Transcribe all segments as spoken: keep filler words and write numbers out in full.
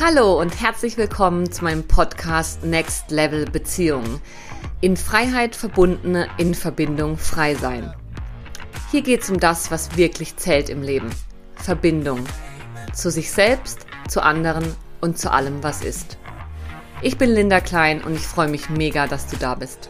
Hallo und herzlich willkommen zu meinem Podcast Next Level Beziehungen. In Freiheit verbundene, in Verbindung frei sein. Hier geht es um das, was wirklich zählt im Leben. Verbindung. Zu sich selbst, zu anderen und zu allem, was ist. Ich bin Linda Klein und ich freue mich mega, dass du da bist.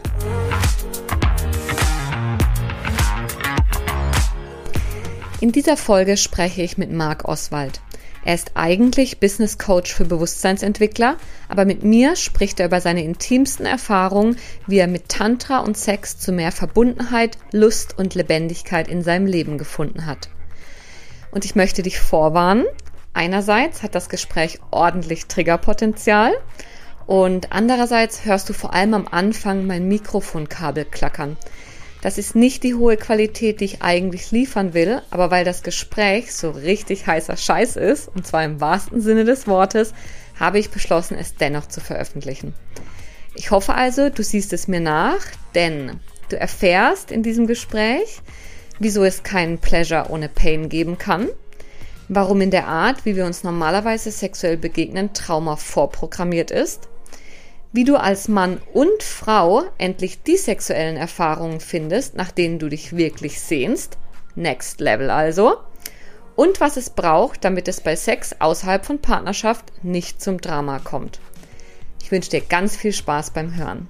In dieser Folge spreche ich mit Marc Oswald. Er ist eigentlich Business Coach für Bewusstseinsentwickler, aber mit mir spricht er über seine intimsten Erfahrungen, wie er mit Tantra und Sex zu mehr Verbundenheit, Lust und Lebendigkeit in seinem Leben gefunden hat. Und ich möchte dich vorwarnen, einerseits hat das Gespräch ordentlich Triggerpotenzial und andererseits hörst du vor allem am Anfang mein Mikrofonkabel klackern. Das ist nicht die hohe Qualität, die ich eigentlich liefern will, aber weil das Gespräch so richtig heißer Scheiß ist, und zwar im wahrsten Sinne des Wortes, habe ich beschlossen, es dennoch zu veröffentlichen. Ich hoffe also, du siehst es mir nach, denn du erfährst in diesem Gespräch, wieso es keinen Pleasure ohne Pain geben kann, warum in der Art, wie wir uns normalerweise sexuell begegnen, Trauma vorprogrammiert ist, wie du als Mann und Frau endlich die sexuellen Erfahrungen findest, nach denen du dich wirklich sehnst, Next Level also, und was es braucht, damit es bei Sex außerhalb von Partnerschaft nicht zum Drama kommt. Ich wünsche dir ganz viel Spaß beim Hören.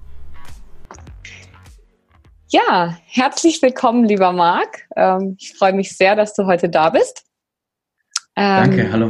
Ja, herzlich willkommen, lieber Marc. Ähm, ich freue mich sehr, dass du heute da bist. Ähm, Danke, hallo.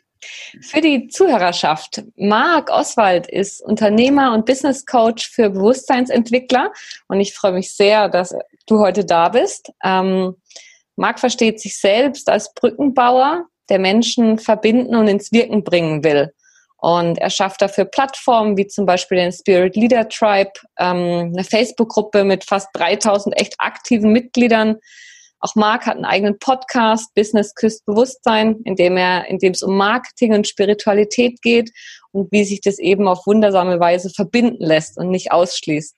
Für die Zuhörerschaft, Marc Oswald ist Unternehmer und Business Coach für Bewusstseinsentwickler und ich freue mich sehr, dass du heute da bist. Ähm, Marc versteht sich selbst als Brückenbauer, der Menschen verbinden und ins Wirken bringen will. Und er schafft dafür Plattformen wie zum Beispiel den Spirit Leader Tribe, ähm, eine Facebook-Gruppe mit fast dreitausend echt aktiven Mitgliedern. Auch Marc hat einen eigenen Podcast, Business küsst Bewusstsein, in dem er, in dem es um Marketing und Spiritualität geht und wie sich das eben auf wundersame Weise verbinden lässt und nicht ausschließt.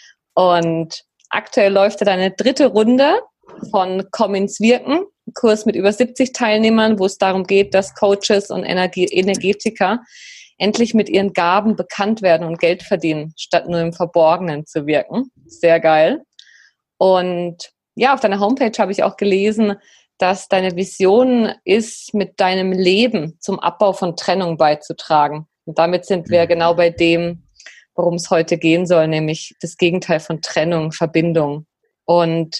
Und aktuell läuft er eine dritte Runde von Komm ins Wirken, ein Kurs mit über siebzig Teilnehmern, wo es darum geht, dass Coaches und Energie- Energetiker endlich mit ihren Gaben bekannt werden und Geld verdienen, statt nur im Verborgenen zu wirken. Sehr geil. Und ja, auf deiner Homepage habe ich auch gelesen, dass deine Vision ist, mit deinem Leben zum Abbau von Trennung beizutragen. Und damit sind wir genau bei dem, worum es heute gehen soll, nämlich das Gegenteil von Trennung, Verbindung. Und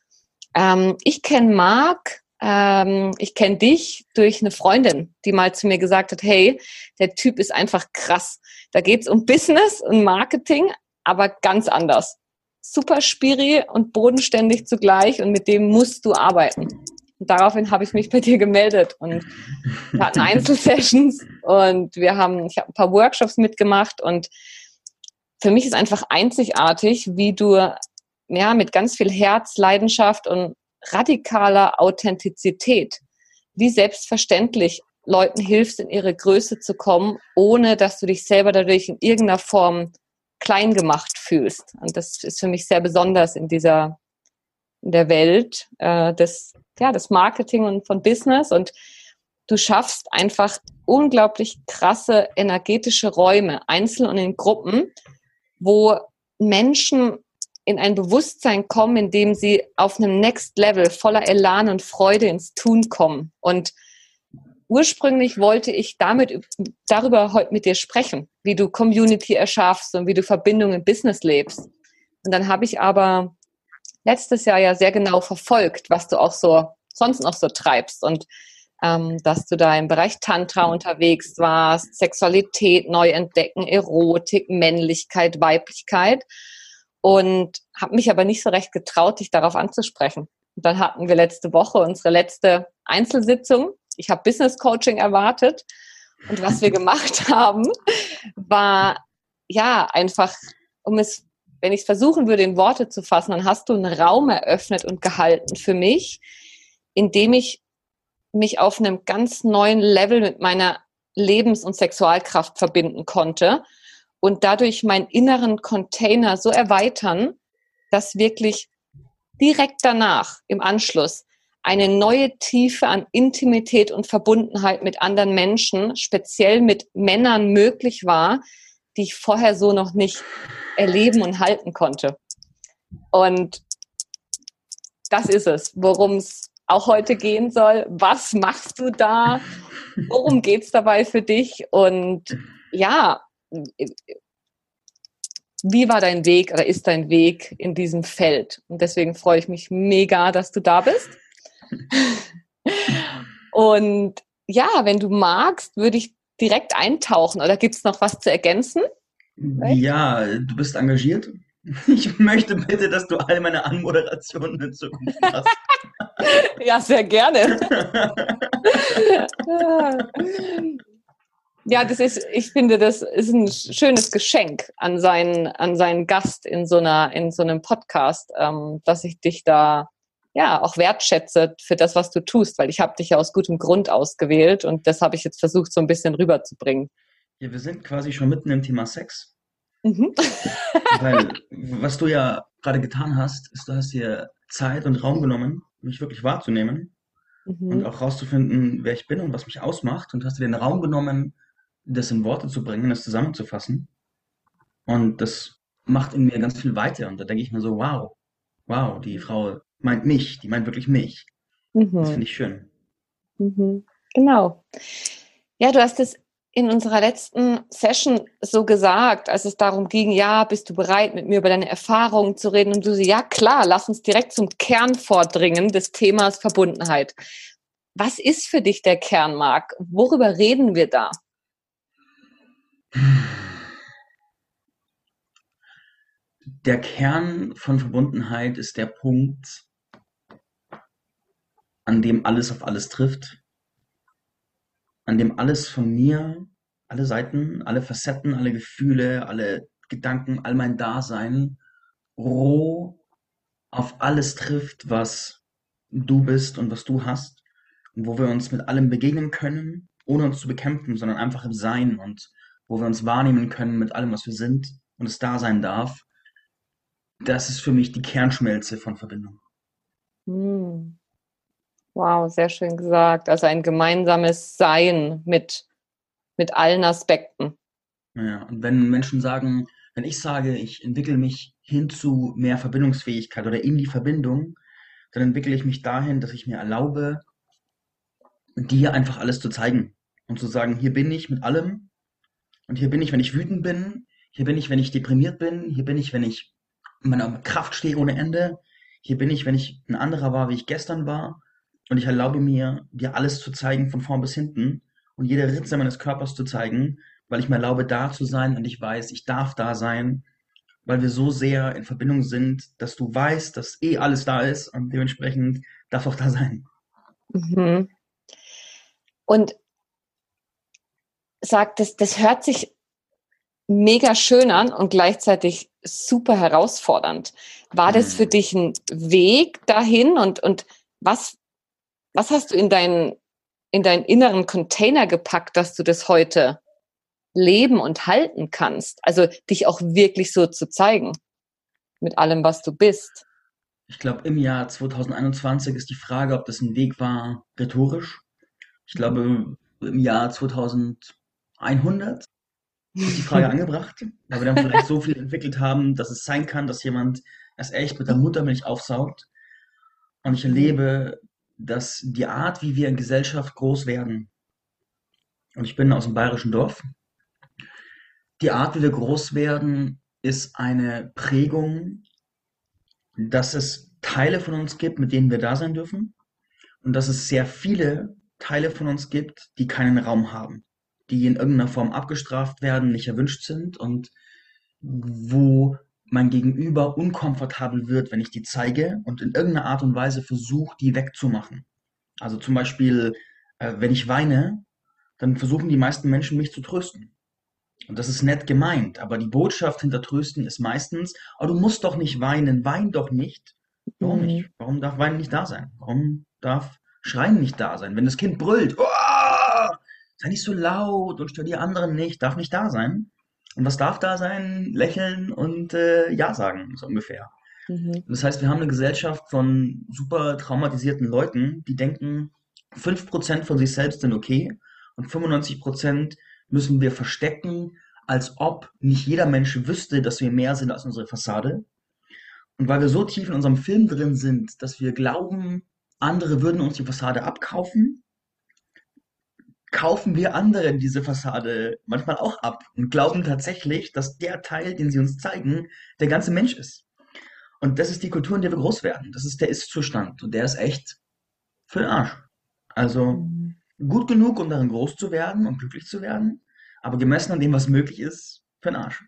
ähm, ich kenne Marc, ähm, ich kenne dich durch eine Freundin, die mal zu mir gesagt hat, hey, der Typ ist einfach krass. Da geht es um Business und Marketing, aber ganz anders. Super spiri und bodenständig zugleich und mit dem musst du arbeiten. Und daraufhin habe ich mich bei dir gemeldet und wir hatten Einzelsessions und wir haben, ich habe ein paar Workshops mitgemacht und für mich ist einfach einzigartig, wie du ja mit ganz viel Herz, Leidenschaft und radikaler Authentizität, wie selbstverständlich Leuten hilfst, in ihre Größe zu kommen, ohne dass du dich selber dadurch in irgendeiner Form klein gemacht fühlst. Und das ist für mich sehr besonders in dieser, in der Welt äh, des, ja, des Marketing und von Business. Und du schaffst einfach unglaublich krasse energetische Räume, einzeln und in Gruppen, wo Menschen in ein Bewusstsein kommen, in dem sie auf einem Next Level voller Elan und Freude ins Tun kommen. Und ursprünglich wollte ich damit darüber heute mit dir sprechen, wie du Community erschaffst und wie du Verbindungen im Business lebst. Und dann habe ich aber letztes Jahr ja sehr genau verfolgt, was du auch so sonst noch so treibst und ähm, dass du da im Bereich Tantra unterwegs warst, Sexualität neu entdecken, Erotik, Männlichkeit, Weiblichkeit und habe mich aber nicht so recht getraut, dich darauf anzusprechen. Und dann hatten wir letzte Woche unsere letzte Einzelsitzung. Ich habe Business Coaching erwartet und was wir gemacht haben, war ja einfach, um es, wenn ich es versuchen würde, in Worte zu fassen, dann hast du einen Raum eröffnet und gehalten für mich, in dem ich mich auf einem ganz neuen Level mit meiner Lebens- und Sexualkraft verbinden konnte und dadurch meinen inneren Container so erweitern, dass wirklich direkt danach, im Anschluss, eine neue Tiefe an Intimität und Verbundenheit mit anderen Menschen, speziell mit Männern möglich war, die ich vorher so noch nicht erleben und halten konnte. Und das ist es, worum es auch heute gehen soll. Was machst du da? Worum geht es dabei für dich? Und ja, wie war dein Weg oder ist dein Weg in diesem Feld? Und deswegen freue ich mich mega, dass du da bist. Und ja, wenn du magst, würde ich direkt eintauchen. Oder gibt es noch was zu ergänzen? Ja, du bist engagiert. Ich möchte bitte, dass du all meine Anmoderationen in Zukunft machst. Ja, sehr gerne. Ja, das ist, ich finde, das ist ein schönes Geschenk an seinen, an seinen Gast in so einer, in so einem Podcast, ähm, dass ich dich da ja auch wertschätze für das, was du tust, weil ich habe dich ja aus gutem Grund ausgewählt und das habe ich jetzt versucht, so ein bisschen rüberzubringen. Ja, wir sind quasi schon mitten im Thema Sex. Mhm. Weil, was du ja gerade getan hast, ist, du hast dir Zeit und Raum genommen, mich wirklich wahrzunehmen Mhm. und auch rauszufinden, wer ich bin und was mich ausmacht, und hast dir den Raum genommen, das in Worte zu bringen, das zusammenzufassen. Und das macht in mir ganz viel weiter. Und da denke ich mir so, wow, wow, die Frau meint mich, die meint wirklich mich. Mhm. Das finde ich schön. Mhm. Genau. Ja, du hast es in unserer letzten Session so gesagt, als es darum ging, ja, bist du bereit, mit mir über deine Erfahrungen zu reden? Und du so, ja klar, lass uns direkt zum Kern vordringen des Themas Verbundenheit. Was ist für dich der Kern, Marc? Worüber reden wir da? Der Kern von Verbundenheit ist der Punkt, an dem alles auf alles trifft, an dem alles von mir, alle Seiten, alle Facetten, alle Gefühle, alle Gedanken, all mein Dasein roh auf alles trifft, was du bist und was du hast, und wo wir uns mit allem begegnen können, ohne uns zu bekämpfen, sondern einfach im Sein, und wo wir uns wahrnehmen können mit allem, was wir sind, und es da sein darf. Das ist für mich die Kernschmelze von Verbindung. Hm. Wow, sehr schön gesagt. Also ein gemeinsames Sein mit, mit allen Aspekten. Ja, und wenn Menschen sagen, wenn ich sage, ich entwickle mich hin zu mehr Verbindungsfähigkeit oder in die Verbindung, dann entwickle ich mich dahin, dass ich mir erlaube, dir einfach alles zu zeigen und zu sagen, hier bin ich mit allem, und hier bin ich, wenn ich wütend bin, hier bin ich, wenn ich deprimiert bin, hier bin ich, wenn ich in meiner Kraft stehe ohne Ende, hier bin ich, wenn ich ein anderer war, wie ich gestern war, und ich erlaube mir, dir alles zu zeigen, von vorn bis hinten, und jede Ritze meines Körpers zu zeigen, weil ich mir erlaube, da zu sein, und ich weiß, ich darf da sein, weil wir so sehr in Verbindung sind, dass du weißt, dass eh alles da ist, und dementsprechend darf auch da sein. Mhm. Und sagt, das, das hört sich mega schön an und gleichzeitig super herausfordernd. War das für dich ein Weg dahin, und, und was, was hast du in deinen, in deinen inneren Container gepackt, dass du das heute leben und halten kannst? Also dich auch wirklich so zu zeigen mit allem, was du bist. Ich glaube, im Jahr zwanzig einundzwanzig ist die Frage, ob das ein Weg war, rhetorisch. Ich glaube, im Jahr zweitausendeinhundert ist die Frage angebracht, weil wir dann vielleicht so viel entwickelt haben, dass es sein kann, dass jemand es echt mit der Muttermilch aufsaugt. Und ich erlebe, dass die Art, wie wir in Gesellschaft groß werden, und ich bin aus dem bayerischen Dorf, die Art, wie wir groß werden, ist eine Prägung, dass es Teile von uns gibt, mit denen wir da sein dürfen, und dass es sehr viele Teile von uns gibt, die keinen Raum haben, die in irgendeiner Form abgestraft werden, nicht erwünscht sind, und wo mein Gegenüber unkomfortabel wird, wenn ich die zeige, und in irgendeiner Art und Weise versuche, die wegzumachen. Also zum Beispiel, äh, wenn ich weine, dann versuchen die meisten Menschen, mich zu trösten. Und das ist nett gemeint, aber die Botschaft hinter Trösten ist meistens: oh, du musst doch nicht weinen, wein doch nicht. Warum nicht? Mhm. Warum darf Weinen nicht da sein? Warum darf Schreien nicht da sein? Wenn das Kind brüllt, oh, sei nicht so laut und stör die anderen nicht, darf nicht da sein. Und was darf da sein? Lächeln und äh, Ja sagen, so ungefähr. Mhm. Das heißt, wir haben eine Gesellschaft von super traumatisierten Leuten, die denken, fünf Prozent von sich selbst sind okay und fünfundneunzig Prozent müssen wir verstecken, als ob nicht jeder Mensch wüsste, dass wir mehr sind als unsere Fassade. Und weil wir so tief in unserem Film drin sind, dass wir glauben, andere würden uns die Fassade abkaufen, kaufen wir anderen diese Fassade manchmal auch ab und glauben tatsächlich, dass der Teil, den sie uns zeigen, der ganze Mensch ist. Und das ist die Kultur, in der wir groß werden. Das ist der Ist-Zustand. Und der ist echt für den Arsch. Also Mhm. gut genug, um darin groß zu werden und glücklich zu werden, aber gemessen an dem, was möglich ist, für den Arsch.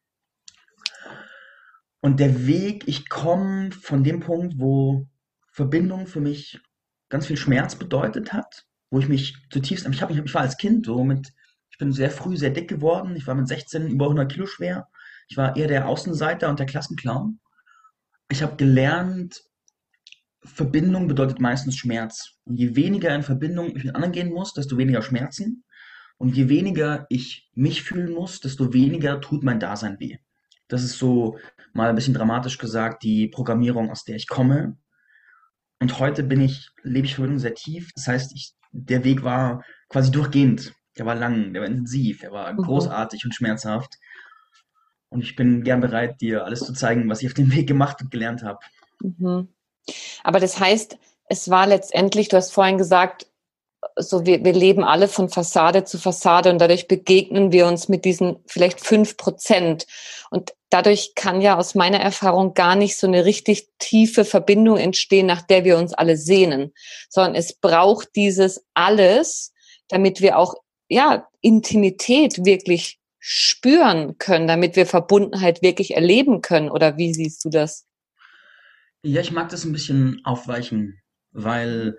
Und der Weg, ich komme von dem Punkt, wo Verbindung für mich ganz viel Schmerz bedeutet hat, wo ich mich zutiefst, ich, hab, ich, ich war als Kind so mit, ich bin sehr früh sehr dick geworden, ich war mit sechzehn über hundert Kilo schwer, ich war eher der Außenseiter und der Klassenclown. Ich habe gelernt, Verbindung bedeutet meistens Schmerz. Und je weniger in Verbindung ich mit anderen gehen muss, desto weniger Schmerzen. Und je weniger ich mich fühlen muss, desto weniger tut mein Dasein weh. Das ist so mal ein bisschen dramatisch gesagt die Programmierung, aus der ich komme. Und heute bin ich, lebe ich Verbindung sehr tief. Das heißt, ich, der Weg war quasi durchgehend. Der war lang, der war intensiv, der war Mhm. großartig und schmerzhaft. Und ich bin gern bereit, dir alles zu zeigen, was ich auf dem Weg gemacht und gelernt habe. Mhm. Aber das heißt, es war letztendlich, du hast vorhin gesagt, so wir, wir leben alle von Fassade zu Fassade und dadurch begegnen wir uns mit diesen vielleicht fünf Prozent. Und dadurch kann ja aus meiner Erfahrung gar nicht so eine richtig tiefe Verbindung entstehen, nach der wir uns alle sehnen, sondern es braucht dieses alles, damit wir auch, ja, Intimität wirklich spüren können, damit wir Verbundenheit wirklich erleben können. Oder wie siehst du das? Ja, ich mag das ein bisschen aufweichen, weil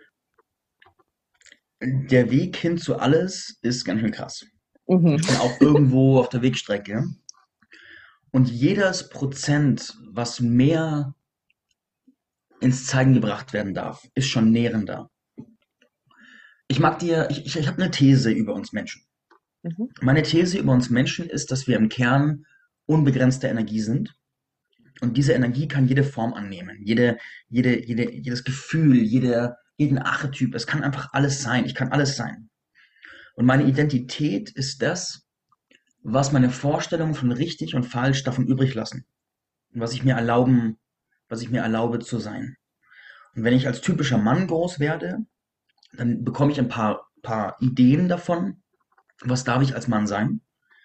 der Weg hin zu alles ist ganz schön krass. Mhm. Ich bin auch irgendwo auf der Wegstrecke. Und jedes Prozent, was mehr ins Zeigen gebracht werden darf, ist schon nährender. Ich mag dir, ich, ich, ich habe eine These über uns Menschen. Mhm. Meine These über uns Menschen ist, dass wir im Kern unbegrenzte Energie sind. Und diese Energie kann jede Form annehmen. Jede, jede, jede, jedes Gefühl, jede, jeden Archetyp. Es kann einfach alles sein. Ich kann alles sein. Und meine Identität ist das, was meine Vorstellungen von richtig und falsch davon übrig lassen. Und was ich mir erlauben, was ich mir erlaube zu sein. Und wenn ich als typischer Mann groß werde, dann bekomme ich ein paar, paar Ideen davon, was darf ich als Mann sein.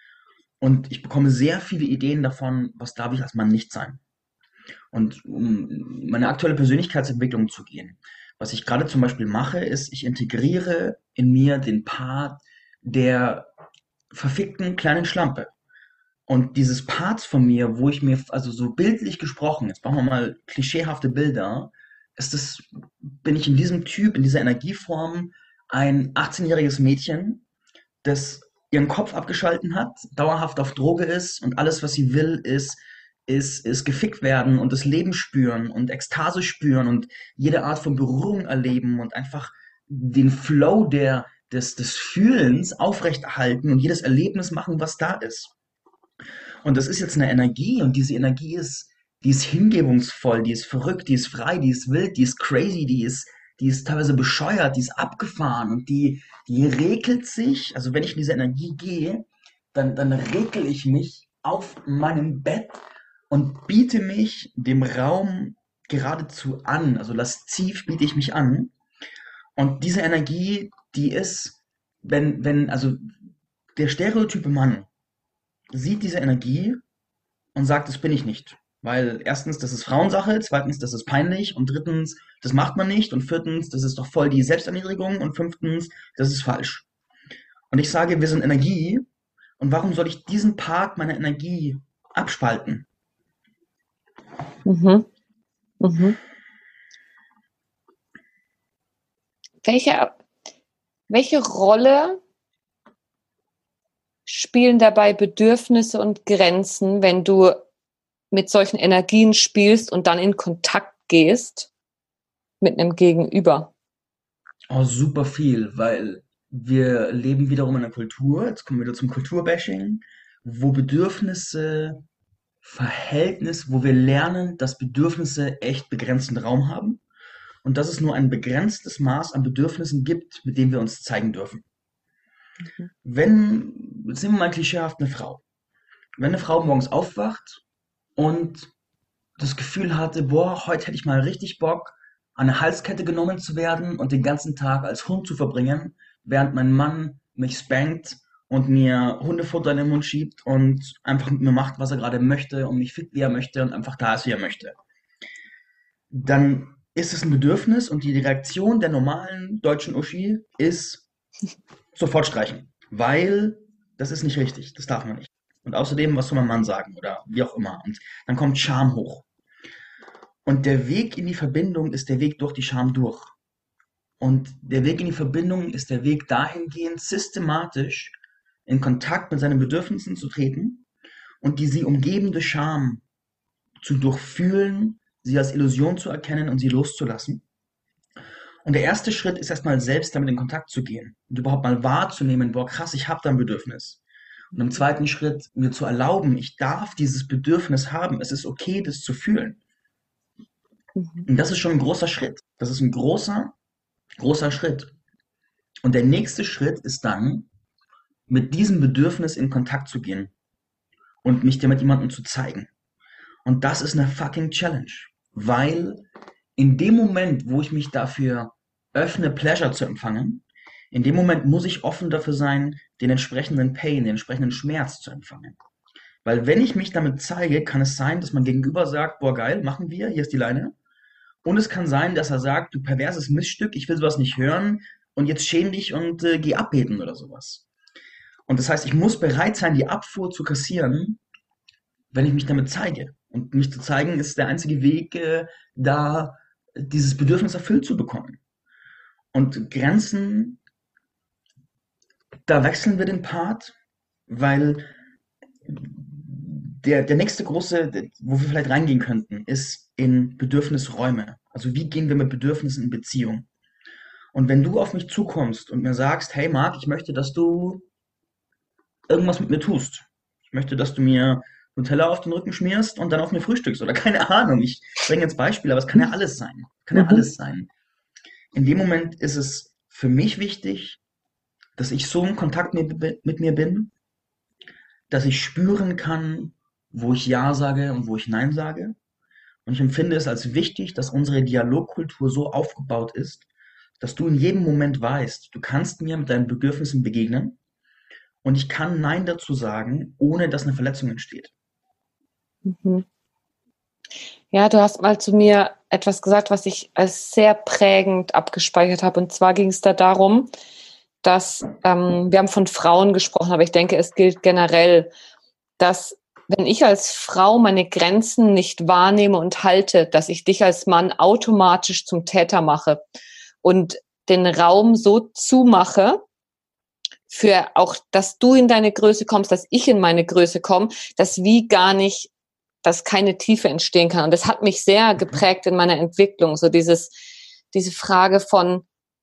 Und ich bekomme sehr viele Ideen davon, was darf ich als Mann nicht sein. Und um meine aktuelle Persönlichkeitsentwicklung zu gehen, was ich gerade zum Beispiel mache, ist, ich integriere in mir den Part der verfickten kleinen Schlampe. Und dieses Parts von mir, wo ich mir, also so bildlich gesprochen, jetzt brauchen wir mal klischeehafte Bilder, ist das, bin ich in diesem Typ, in dieser Energieform ein achtzehnjähriges Mädchen, das ihren Kopf abgeschalten hat, dauerhaft auf Droge ist und alles, was sie will, ist, ist, ist gefickt werden und das Leben spüren und Ekstase spüren und jede Art von Berührung erleben und einfach den Flow der, des, des Fühlens aufrechterhalten und jedes Erlebnis machen, was da ist. Und das ist jetzt eine Energie und diese Energie ist, die ist hingebungsvoll, die ist verrückt, die ist frei, die ist wild, die ist crazy, die ist, die ist teilweise bescheuert, die ist abgefahren und die, die regelt sich. Also wenn ich in diese Energie gehe, dann, dann regel ich mich auf meinem Bett und biete mich dem Raum geradezu an. Also lasziv biete ich mich an. Und diese Energie, die ist, wenn, wenn, also der stereotype Mann sieht diese Energie und sagt, das bin ich nicht. Weil erstens, das ist Frauensache, zweitens, das ist peinlich und drittens, das macht man nicht und viertens, das ist doch voll die Selbsterniedrigung und fünftens, das ist falsch. Und ich sage, wir sind Energie und warum soll ich diesen Part meiner Energie abspalten? Mhm. Mhm. Welche, welche Rolle spielen dabei Bedürfnisse und Grenzen, wenn du mit solchen Energien spielst und dann in Kontakt gehst mit einem Gegenüber? Oh, super viel, weil wir leben wiederum in einer Kultur, jetzt kommen wir wieder zum Kulturbashing, wo Bedürfnisse Verhältnis, wo wir lernen, dass Bedürfnisse echt begrenzten Raum haben und dass es nur ein begrenztes Maß an Bedürfnissen gibt, mit denen wir uns zeigen dürfen. Mhm. Wenn, jetzt nehmen wir mal klischeehaft eine Frau. Wenn eine Frau morgens aufwacht und das Gefühl hatte, boah, heute hätte ich mal richtig Bock, an eine Halskette genommen zu werden und den ganzen Tag als Hund zu verbringen, während mein Mann mich spankt und mir Hundefutter in den Mund schiebt und einfach mit mir macht, was er gerade möchte und mich fickt, wie er möchte und einfach da ist, wie er möchte. Dann ist es ein Bedürfnis und die Reaktion der normalen deutschen Uschi ist sofort streichen, weil das ist nicht richtig, das darf man nicht. Und außerdem, was soll mein Mann sagen oder wie auch immer. Und dann kommt Scham hoch. Und der Weg in die Verbindung ist der Weg durch die Scham durch. Und der Weg in die Verbindung ist der Weg dahingehend, systematisch in Kontakt mit seinen Bedürfnissen zu treten und die sie umgebende Scham zu durchfühlen, sie als Illusion zu erkennen und sie loszulassen. Und der erste Schritt ist erstmal selbst damit in Kontakt zu gehen und überhaupt mal wahrzunehmen, boah krass, ich habe da ein Bedürfnis. Und im zweiten Schritt mir zu erlauben, ich darf dieses Bedürfnis haben, es ist okay, das zu fühlen. Mhm. Und das ist schon ein großer Schritt. Das ist ein großer, großer Schritt. Und der nächste Schritt ist dann, mit diesem Bedürfnis in Kontakt zu gehen und mich damit jemandem zu zeigen. Und das ist eine fucking Challenge, weil in dem Moment, wo ich mich dafür öffne, Pleasure zu empfangen, in dem Moment muss ich offen dafür sein, den entsprechenden Pain, den entsprechenden Schmerz zu empfangen. Weil wenn ich mich damit zeige, kann es sein, dass mein Gegenüber sagt, boah geil, machen wir, hier ist die Leine. Und es kann sein, dass er sagt, du perverses Miststück, ich will sowas nicht hören und jetzt schäm dich und äh, geh abheben oder sowas. Und das heißt, ich muss bereit sein, die Abfuhr zu kassieren, wenn ich mich damit zeige. Und mich zu zeigen, ist der einzige Weg, äh, da dieses Bedürfnis erfüllt zu bekommen. Und Grenzen, da wechseln wir den Part, weil der, der nächste große, wo wir vielleicht reingehen könnten, ist in Bedürfnisräume. Also wie gehen wir mit Bedürfnissen in Beziehung? Und wenn du auf mich zukommst und mir sagst, hey Marc, ich möchte, dass du irgendwas mit mir tust. Ich möchte, dass du mir Nutella auf den Rücken schmierst und dann auf mir frühstückst oder keine Ahnung. Ich bringe jetzt Beispiele, aber es kann ja alles sein. Kann ja Mhm. alles sein. In dem Moment ist es für mich wichtig, dass ich so in Kontakt mit, mit mir bin, dass ich spüren kann, wo ich Ja sage und wo ich Nein sage. Und ich empfinde es als wichtig, dass unsere Dialogkultur so aufgebaut ist, dass du in jedem Moment weißt, du kannst mir mit deinen Bedürfnissen begegnen und ich kann Nein dazu sagen, ohne dass eine Verletzung entsteht. Mhm. Ja, du hast mal zu mir etwas gesagt, was ich als sehr prägend abgespeichert habe. Und zwar ging es da darum, dass ähm, wir haben von Frauen gesprochen, aber ich denke, es gilt generell, dass wenn ich als Frau meine Grenzen nicht wahrnehme und halte, dass ich dich als Mann automatisch zum Täter mache und den Raum so zumache, für auch, dass du in deine Größe kommst, dass ich in meine Größe komme, dass wie gar nicht, dass keine Tiefe entstehen kann. Und das hat mich sehr Mhm. geprägt in meiner Entwicklung, so dieses, diese Frage von,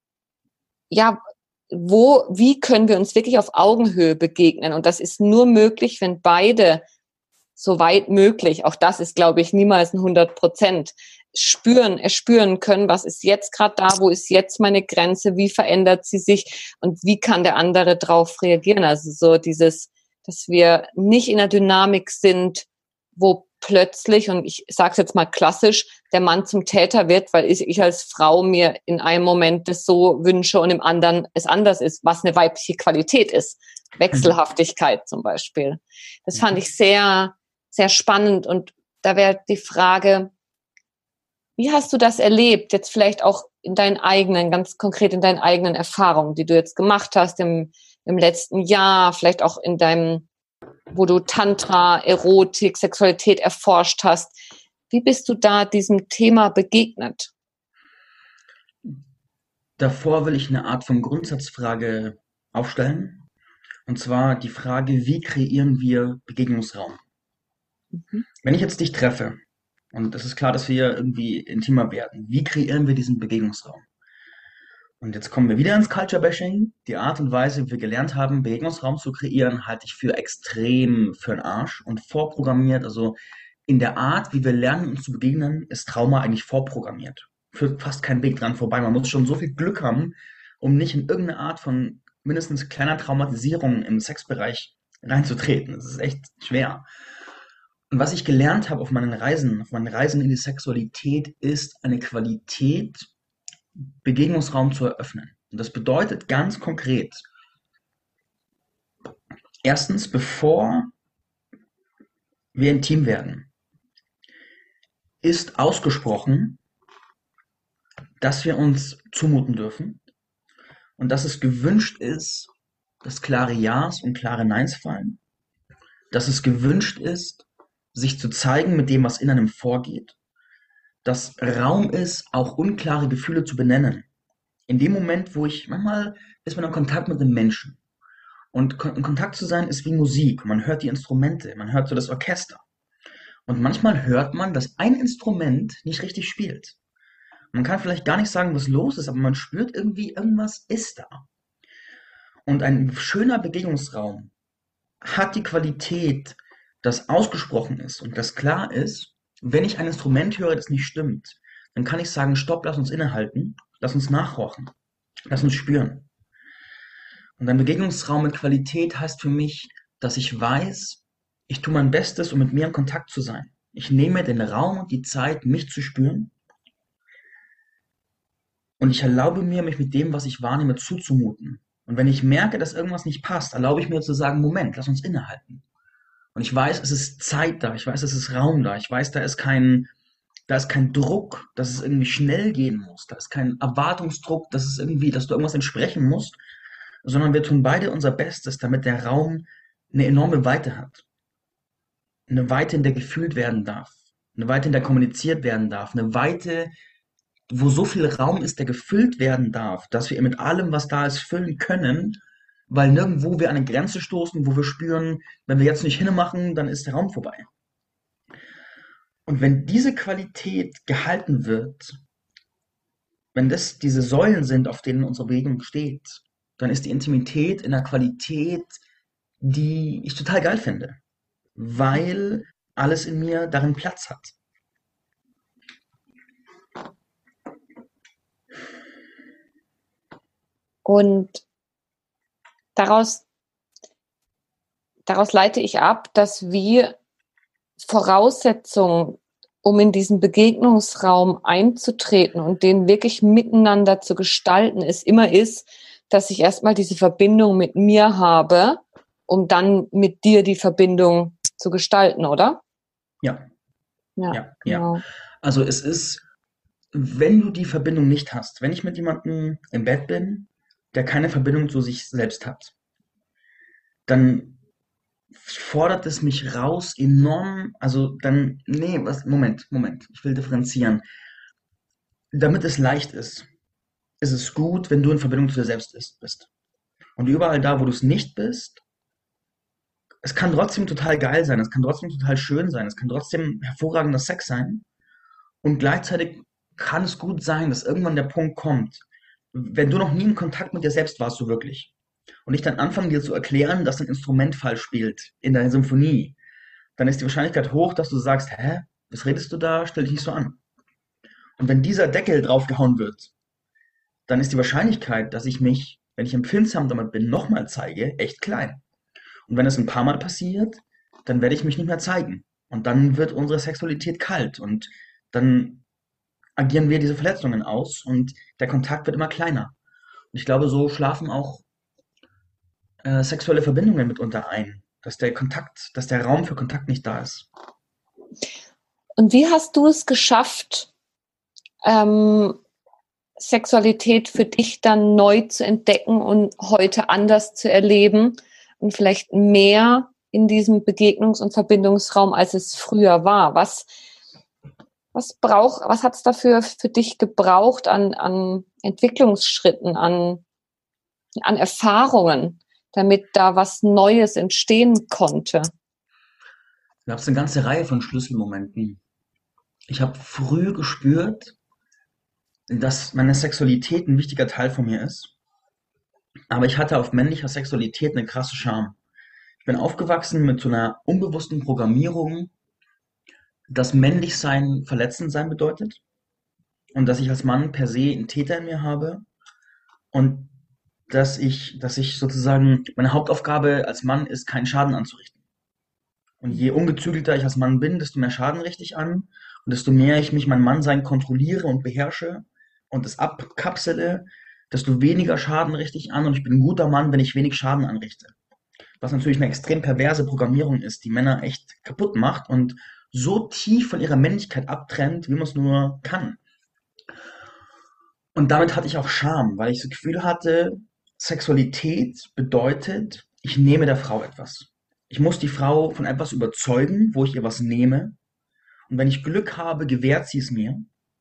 ja, wo, wie können wir uns wirklich auf Augenhöhe begegnen? Und das ist nur möglich, wenn beide so weit möglich, auch das ist, glaube ich, niemals ein hundert Prozent, spüren, erspüren können, was ist jetzt gerade da, wo ist jetzt meine Grenze, wie verändert sie sich und wie kann der andere drauf reagieren. Also so dieses, dass wir nicht in der Dynamik sind, wo plötzlich, und ich sage es jetzt mal klassisch, der Mann zum Täter wird, weil ich, ich als Frau mir in einem Moment das so wünsche und im anderen es anders ist, was eine weibliche Qualität ist. Wechselhaftigkeit zum Beispiel. Das fand Mhm. ich sehr, sehr spannend. Und da wäre die Frage, wie hast du das erlebt? Jetzt vielleicht auch in deinen eigenen, ganz konkret in deinen eigenen Erfahrungen, die du jetzt gemacht hast im, im letzten Jahr, vielleicht auch in deinem, wo du Tantra, Erotik, Sexualität erforscht hast. Wie bist du da diesem Thema begegnet? Davor will ich eine Art von Grundsatzfrage aufstellen. Und zwar die Frage, wie kreieren wir Begegnungsraum? Mhm. Wenn ich jetzt dich treffe, und es ist klar, dass wir irgendwie intimer werden, wie kreieren wir diesen Begegnungsraum? Und jetzt kommen wir wieder ins Culture-Bashing. Die Art und Weise, wie wir gelernt haben, Begegnungsraum zu kreieren, halte ich für extrem für den Arsch und vorprogrammiert. Also in der Art, wie wir lernen, uns zu begegnen, ist Trauma eigentlich vorprogrammiert. Führt fast kein Weg dran vorbei. Man muss schon so viel Glück haben, um nicht in irgendeine Art von mindestens kleiner Traumatisierung im Sexbereich reinzutreten. Das ist echt schwer. Und was ich gelernt habe auf meinen Reisen, auf meinen Reisen in die Sexualität, ist eine Qualität, Begegnungsraum zu eröffnen. Und das bedeutet ganz konkret, erstens, bevor wir intim werden, ist ausgesprochen, dass wir uns zumuten dürfen und dass es gewünscht ist, dass klare Ja's und klare Neins fallen, dass es gewünscht ist, sich zu zeigen mit dem, was in einem vorgeht, dass Raum ist, auch unklare Gefühle zu benennen. In dem Moment, wo ich, manchmal ist man in Kontakt mit einem Menschen. Und in Kontakt zu sein ist wie Musik. Man hört die Instrumente, man hört so das Orchester. Und manchmal hört man, dass ein Instrument nicht richtig spielt. Man kann vielleicht gar nicht sagen, was los ist, aber man spürt irgendwie, irgendwas ist da. Und ein schöner Begegnungsraum hat die Qualität, dass ausgesprochen ist und dass klar ist, wenn ich ein Instrument höre, das nicht stimmt, dann kann ich sagen, stopp, lass uns innehalten, lass uns nachhorchen, lass uns spüren. Und ein Begegnungsraum mit Qualität heißt für mich, dass ich weiß, ich tue mein Bestes, um mit mir in Kontakt zu sein. Ich nehme den Raum und die Zeit, mich zu spüren. Und ich erlaube mir, mich mit dem, was ich wahrnehme, zuzumuten. Und wenn ich merke, dass irgendwas nicht passt, erlaube ich mir zu sagen, Moment, lass uns innehalten. Und ich weiß, es ist Zeit da, ich weiß, es ist Raum da, ich weiß, da ist kein, da ist kein Druck, dass es irgendwie schnell gehen muss, da ist kein Erwartungsdruck, dass es irgendwie, dass du irgendwas entsprechen musst, sondern wir tun beide unser Bestes, damit der Raum eine enorme Weite hat. Eine Weite, in der gefühlt werden darf, eine Weite, in der kommuniziert werden darf, eine Weite, wo so viel Raum ist, der gefüllt werden darf, dass wir mit allem, was da ist, füllen können, weil nirgendwo wir an eine Grenze stoßen, wo wir spüren, wenn wir jetzt nicht hinmachen, dann ist der Raum vorbei. Und wenn diese Qualität gehalten wird, wenn das diese Säulen sind, auf denen unsere Bewegung steht, dann ist die Intimität in einer Qualität, die ich total geil finde, weil alles in mir darin Platz hat. Und daraus, daraus leite ich ab, dass wir Voraussetzungen, um in diesen Begegnungsraum einzutreten und den wirklich miteinander zu gestalten, es immer ist, dass ich erstmal diese Verbindung mit mir habe, um dann mit dir die Verbindung zu gestalten, oder? Ja, Ja, ja, genau. ja. Also es ist, wenn du die Verbindung nicht hast, wenn ich mit jemandem im Bett bin, der keine Verbindung zu sich selbst hat, dann fordert es mich raus enorm, also dann, nee, was, Moment, Moment, ich will differenzieren. Damit es leicht ist, ist es gut, wenn du in Verbindung zu dir selbst ist, bist. Und überall da, wo du es nicht bist, es kann trotzdem total geil sein, es kann trotzdem total schön sein, es kann trotzdem hervorragender Sex sein. Und gleichzeitig kann es gut sein, dass irgendwann der Punkt kommt, wenn du noch nie in Kontakt mit dir selbst warst, so wirklich. Und ich dann anfange dir zu erklären, dass ein Instrument falsch spielt in deiner Symphonie, dann ist die Wahrscheinlichkeit hoch, dass du sagst, hä, was redest du da? Stell dich nicht so an. Und wenn dieser Deckel draufgehauen wird, dann ist die Wahrscheinlichkeit, dass ich mich, wenn ich empfindsam damit bin, nochmal zeige, echt klein. Und wenn es ein paar Mal passiert, dann werde ich mich nicht mehr zeigen. Und dann wird unsere Sexualität kalt und dann agieren wir diese Verletzungen aus und der Kontakt wird immer kleiner. Und ich glaube, so schlafen auch äh, sexuelle Verbindungen mitunter ein, dass der Kontakt, dass der Raum für Kontakt nicht da ist. Und wie hast du es geschafft, ähm, Sexualität für dich dann neu zu entdecken und heute anders zu erleben und vielleicht mehr in diesem Begegnungs- und Verbindungsraum, als es früher war? Was, was braucht, was hat es dafür für dich gebraucht an, an Entwicklungsschritten, an, an Erfahrungen, damit da was Neues entstehen konnte? Da gab es eine ganze Reihe von Schlüsselmomenten. Ich habe früh gespürt, dass meine Sexualität ein wichtiger Teil von mir ist, aber ich hatte auf männlicher Sexualität eine krasse Scham. Ich bin aufgewachsen mit so einer unbewussten Programmierung, dass männlich sein verletzend sein bedeutet und dass ich als Mann per se einen Täter in mir habe und dass ich, dass ich sozusagen, meine Hauptaufgabe als Mann ist, keinen Schaden anzurichten. Und je ungezügelter ich als Mann bin, desto mehr Schaden richte ich an und desto mehr ich mich mein Mannsein kontrolliere und beherrsche und es abkapsele, desto weniger Schaden richte ich an und ich bin ein guter Mann, wenn ich wenig Schaden anrichte. Was natürlich eine extrem perverse Programmierung ist, die Männer echt kaputt macht und so tief von ihrer Männlichkeit abtrennt, wie man es nur kann. Und damit hatte ich auch Scham, weil ich das Gefühl hatte, Sexualität bedeutet, ich nehme der Frau etwas. Ich muss die Frau von etwas überzeugen, wo ich ihr was nehme. Und wenn ich Glück habe, gewährt sie es mir.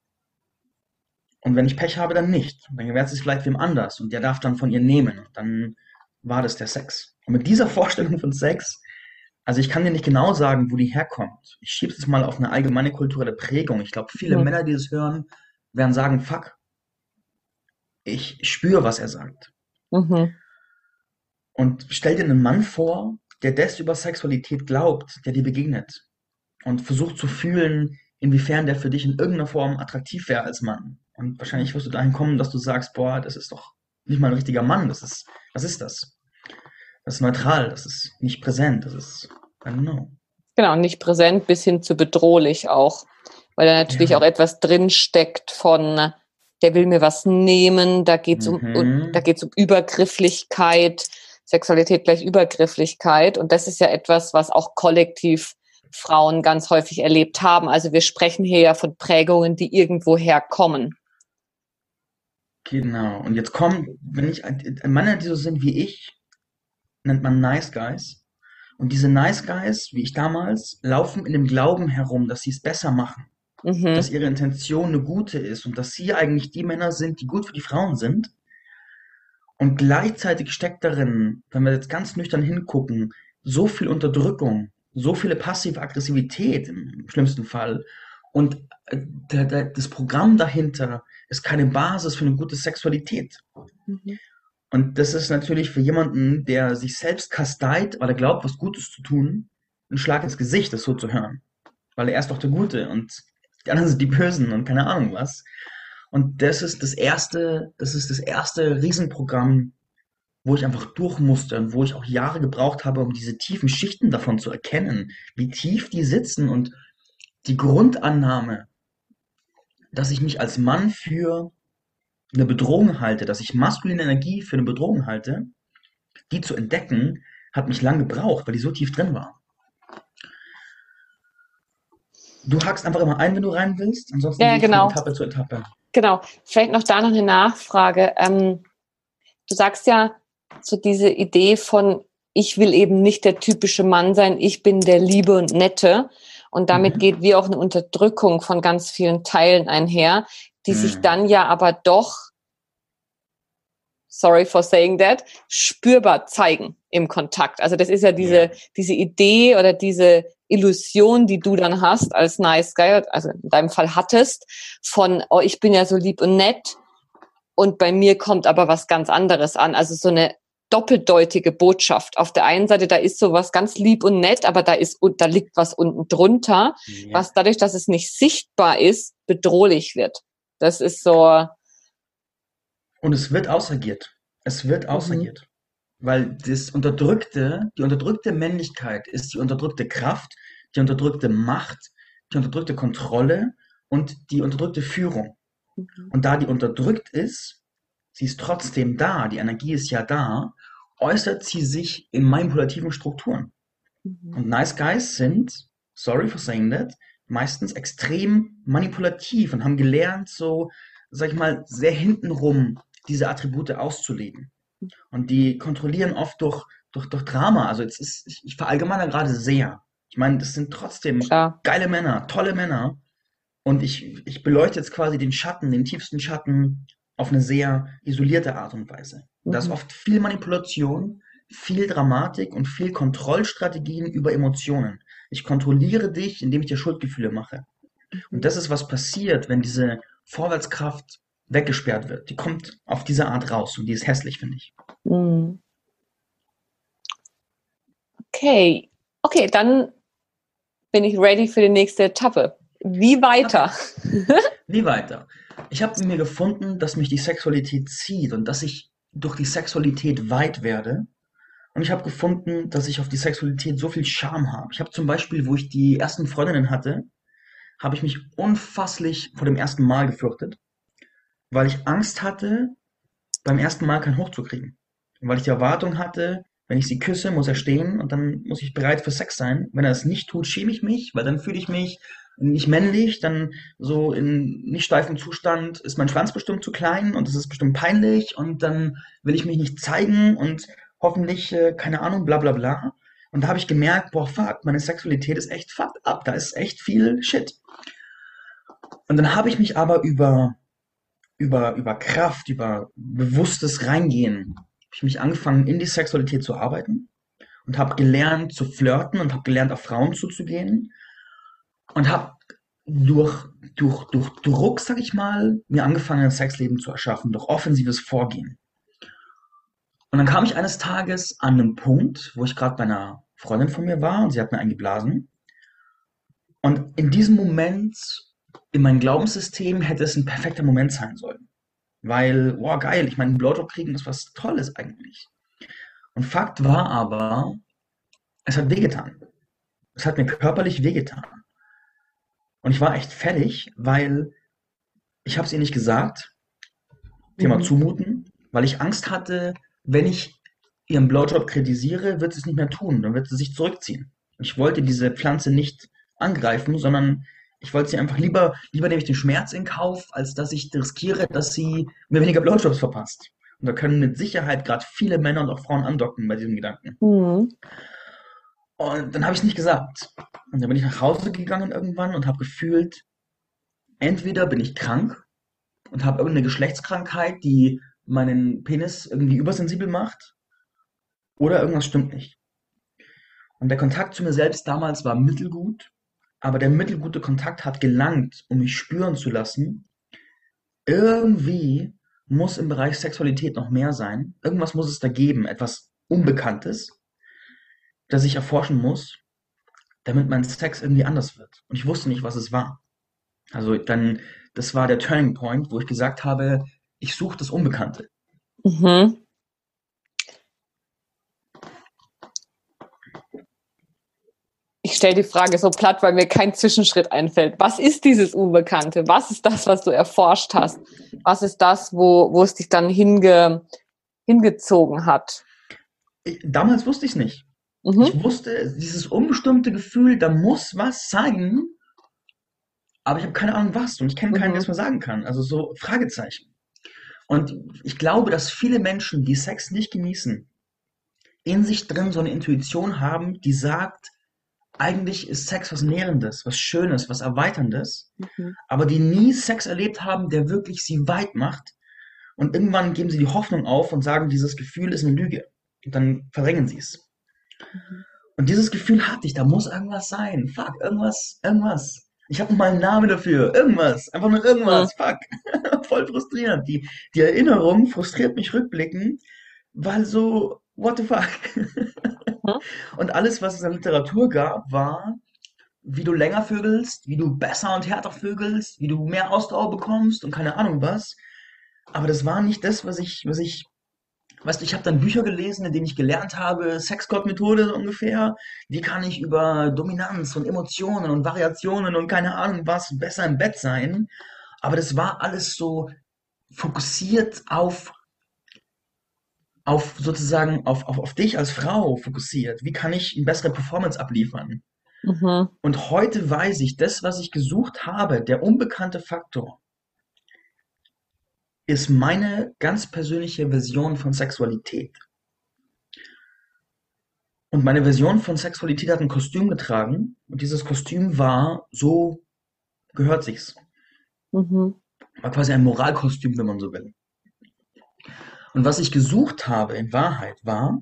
Und wenn ich Pech habe, dann nicht. Dann gewährt sie es vielleicht wem anders und der darf dann von ihr nehmen. Und dann war das der Sex. Und mit dieser Vorstellung von Sex, also ich kann dir nicht genau sagen, wo die herkommt. Ich schiebe es mal auf eine allgemeine kulturelle Prägung. Ich glaube, viele Mhm. Männer, die das hören, werden sagen, fuck, ich spüre, was er sagt. Mhm. Und stell dir einen Mann vor, der das über Sexualität glaubt, der dir begegnet und versucht zu fühlen, inwiefern der für dich in irgendeiner Form attraktiv wäre als Mann. Und wahrscheinlich wirst du dahin kommen, dass du sagst, boah, das ist doch nicht mal ein richtiger Mann, das ist, was ist das? Das ist neutral, das ist nicht präsent, das ist, I don't know. Genau, nicht präsent bis hin zu bedrohlich auch, weil da natürlich Ja. auch etwas drinsteckt von, der will mir was nehmen, da geht's um, Mhm. da geht's um Übergrifflichkeit, Sexualität gleich Übergrifflichkeit und das ist ja etwas, was auch kollektiv Frauen ganz häufig erlebt haben. Also wir sprechen hier ja von Prägungen, die irgendwo herkommen. Genau. Und jetzt kommen, wenn ich, Männer, die so sind wie ich, nennt man Nice Guys. Und diese Nice Guys, wie ich damals, laufen in dem Glauben herum, dass sie es besser machen, dass Mhm. ihre Intention eine gute ist und dass sie eigentlich die Männer sind, die gut für die Frauen sind. Und gleichzeitig steckt darin, wenn wir jetzt ganz nüchtern hingucken, so viel Unterdrückung, so viele passive Aggressivität im schlimmsten Fall. Und äh, der, der, das Programm dahinter ist keine Basis für eine gute Sexualität. Mhm. Und das ist natürlich für jemanden, der sich selbst kasteit, weil er glaubt, was Gutes zu tun, ein Schlag ins Gesicht, das so zu hören. Weil er ist doch der Gute und die anderen sind die Bösen und keine Ahnung was. Und das ist das erste, das ist das erste Riesenprogramm, wo ich einfach durch musste und wo ich auch Jahre gebraucht habe, um diese tiefen Schichten davon zu erkennen, wie tief die sitzen und die Grundannahme, dass ich mich als Mann für eine Bedrohung halte, dass ich maskuline Energie für eine Bedrohung halte, die zu entdecken, hat mich lang gebraucht, weil die so tief drin war. Du hackst einfach immer ein, wenn du rein willst, ansonsten Ja, gehe ich von genau. Etappe zu Etappe. Genau. Vielleicht noch da noch eine Nachfrage. Ähm, du sagst ja so diese Idee von, ich will eben nicht der typische Mann sein, ich bin der Liebe und Nette. Und damit Mhm. geht wie auch eine Unterdrückung von ganz vielen Teilen einher, die Mhm. sich dann ja aber doch, sorry for saying that, spürbar zeigen im Kontakt. Also das ist ja diese, Ja. diese Idee oder diese Illusion, die du dann hast als Nice Guy, also in deinem Fall hattest, von, oh, ich bin ja so lieb und nett und bei mir kommt aber was ganz anderes an. Also so eine doppeldeutige Botschaft. Auf der einen Seite, da ist sowas ganz lieb und nett, aber da ist, da liegt was unten drunter, Ja. was dadurch, dass es nicht sichtbar ist, bedrohlich wird. Das ist so. Und es wird ausagiert. Es wird Mhm. ausagiert. Weil das unterdrückte, die unterdrückte Männlichkeit ist die unterdrückte Kraft, die unterdrückte Macht, die unterdrückte Kontrolle und die unterdrückte Führung. Mhm. Und da die unterdrückt ist, sie ist trotzdem da, die Energie ist ja da, äußert sie sich in manipulativen Strukturen. Mhm. Und Nice Guys sind, sorry for saying that, meistens extrem manipulativ und haben gelernt, so, sag ich mal, sehr hintenrum diese Attribute auszulegen. Und die kontrollieren oft durch, durch, durch Drama. Also jetzt ist, ich, ich verallgemeine gerade sehr. Ich meine, das sind trotzdem Klar. geile Männer, tolle Männer. Und ich, ich beleuchte jetzt quasi den Schatten, den tiefsten Schatten auf eine sehr isolierte Art und Weise. Und da ist Mhm. oft viel Manipulation, viel Dramatik und viel Kontrollstrategien über Emotionen. Ich kontrolliere dich, indem ich dir Schuldgefühle mache. Und Mhm. das ist, was passiert, wenn diese Vorwärtskraft weggesperrt wird. Die kommt auf diese Art raus und die ist hässlich, finde ich. Mhm. Okay, okay, dann bin ich ready für die nächste Etappe. Wie weiter? Okay. Wie weiter? Ich habe mir gefunden, dass mich die Sexualität zieht und dass ich durch die Sexualität weit werde. Und ich habe gefunden, dass ich auf die Sexualität so viel Charme habe. Ich habe zum Beispiel, wo ich die ersten Freundinnen hatte, habe ich mich unfasslich vor dem ersten Mal gefürchtet, weil ich Angst hatte, beim ersten Mal keinen Hoch zu kriegen. Und weil ich die Erwartung hatte, wenn ich sie küsse, muss er stehen und dann muss ich bereit für Sex sein. Wenn er es nicht tut, schäme ich mich, weil dann fühle ich mich nicht männlich, dann so in nicht steifem Zustand ist mein Schwanz bestimmt zu klein und es ist bestimmt peinlich und dann will ich mich nicht zeigen und hoffentlich, äh, keine Ahnung, bla bla bla. Und da habe ich gemerkt, boah, fuck, meine Sexualität ist echt fucked up, da ist echt viel Shit. Und dann habe ich mich aber über über, über Kraft, über bewusstes Reingehen, habe ich mich angefangen, in die Sexualität zu arbeiten und habe gelernt zu flirten und habe gelernt, auf Frauen zuzugehen und habe durch, durch, durch Druck, sag ich mal, mir angefangen, ein Sexleben zu erschaffen, durch offensives Vorgehen. Und dann kam ich eines Tages an einen Punkt, wo ich gerade bei einer Freundin von mir war und sie hat mir eingeblasen. Und in diesem Moment, in meinem Glaubenssystem, hätte es ein perfekter Moment sein sollen. Weil, boah, geil, ich meine, einen Blowjob kriegen ist was Tolles eigentlich. Und Fakt war aber, es hat wehgetan. Es hat mir körperlich wehgetan. Und ich war echt fertig, weil ich habe es ihr nicht gesagt, Thema Mhm. zumuten, weil ich Angst hatte, wenn ich ihren Blowjob kritisiere, wird sie es nicht mehr tun, dann wird sie sich zurückziehen. Und ich wollte diese Pflanze nicht angreifen, sondern ich wollte sie einfach lieber, lieber nehme ich den Schmerz in Kauf, als dass ich riskiere, dass sie mir weniger Blowjobs verpasst. Und da können mit Sicherheit gerade viele Männer und auch Frauen andocken bei diesem Gedanken. Mhm. Und dann habe ich es nicht gesagt. Und dann bin ich nach Hause gegangen irgendwann und habe gefühlt, entweder bin ich krank und habe irgendeine Geschlechtskrankheit, die meinen Penis irgendwie übersensibel macht, oder irgendwas stimmt nicht. Und der Kontakt zu mir selbst damals war mittelgut, aber der mittelgute Kontakt hat gelangt, um mich spüren zu lassen, irgendwie muss im Bereich Sexualität noch mehr sein. Irgendwas muss es da geben, etwas Unbekanntes, das ich erforschen muss, damit mein Sex irgendwie anders wird. Und ich wusste nicht, was es war. Also dann, das war der Turning Point, wo ich gesagt habe, ich suche das Unbekannte. Mhm. Ich stelle die Frage so platt, weil mir kein Zwischenschritt einfällt. Was ist dieses Unbekannte? Was ist das, was du erforscht hast? Was ist das, wo, wo es dich dann hinge, hingezogen hat? Ich, damals wusste ich es nicht. Mhm. Ich wusste, dieses unbestimmte Gefühl, da muss was sein, aber ich habe keine Ahnung was und ich kenne keinen, der es Mhm. mir sagen kann. Also so Fragezeichen. Und ich glaube, dass viele Menschen, die Sex nicht genießen, in sich drin so eine Intuition haben, die sagt, eigentlich ist Sex was Nährendes, was Schönes, was Erweiterndes, Mhm. aber die nie Sex erlebt haben, der wirklich sie weit macht. Und irgendwann geben sie die Hoffnung auf und sagen, dieses Gefühl ist eine Lüge. Und dann verdrängen sie es. Mhm. Und dieses Gefühl hatte ich, da muss irgendwas sein. Fuck, irgendwas, irgendwas. Ich habe mal einen Namen dafür. Irgendwas. Einfach nur Mhm. irgendwas. Fuck. Voll frustrierend. Die, die Erinnerung frustriert mich rückblickend, weil so, what the fuck? Und alles, was es an Literatur gab, war, wie du länger vögelst, wie du besser und härter vögelst, wie du mehr Ausdauer bekommst und keine Ahnung was. Aber das war nicht das, was ich, was ich, weißt du, ich habe dann Bücher gelesen, in denen ich gelernt habe, Sexgott-Methode so ungefähr. Wie kann ich über Dominanz und Emotionen und Variationen und keine Ahnung was besser im Bett sein? Aber das war alles so fokussiert auf, auf sozusagen, auf, auf, auf dich als Frau fokussiert. Wie kann ich eine bessere Performance abliefern? Mhm. Und heute weiß ich, das, was ich gesucht habe, der unbekannte Faktor, ist meine ganz persönliche Version von Sexualität. Und meine Version von Sexualität hat ein Kostüm getragen und dieses Kostüm war, so gehört sich's. Mhm. War quasi ein Moralkostüm, wenn man so will. Und was ich gesucht habe in Wahrheit war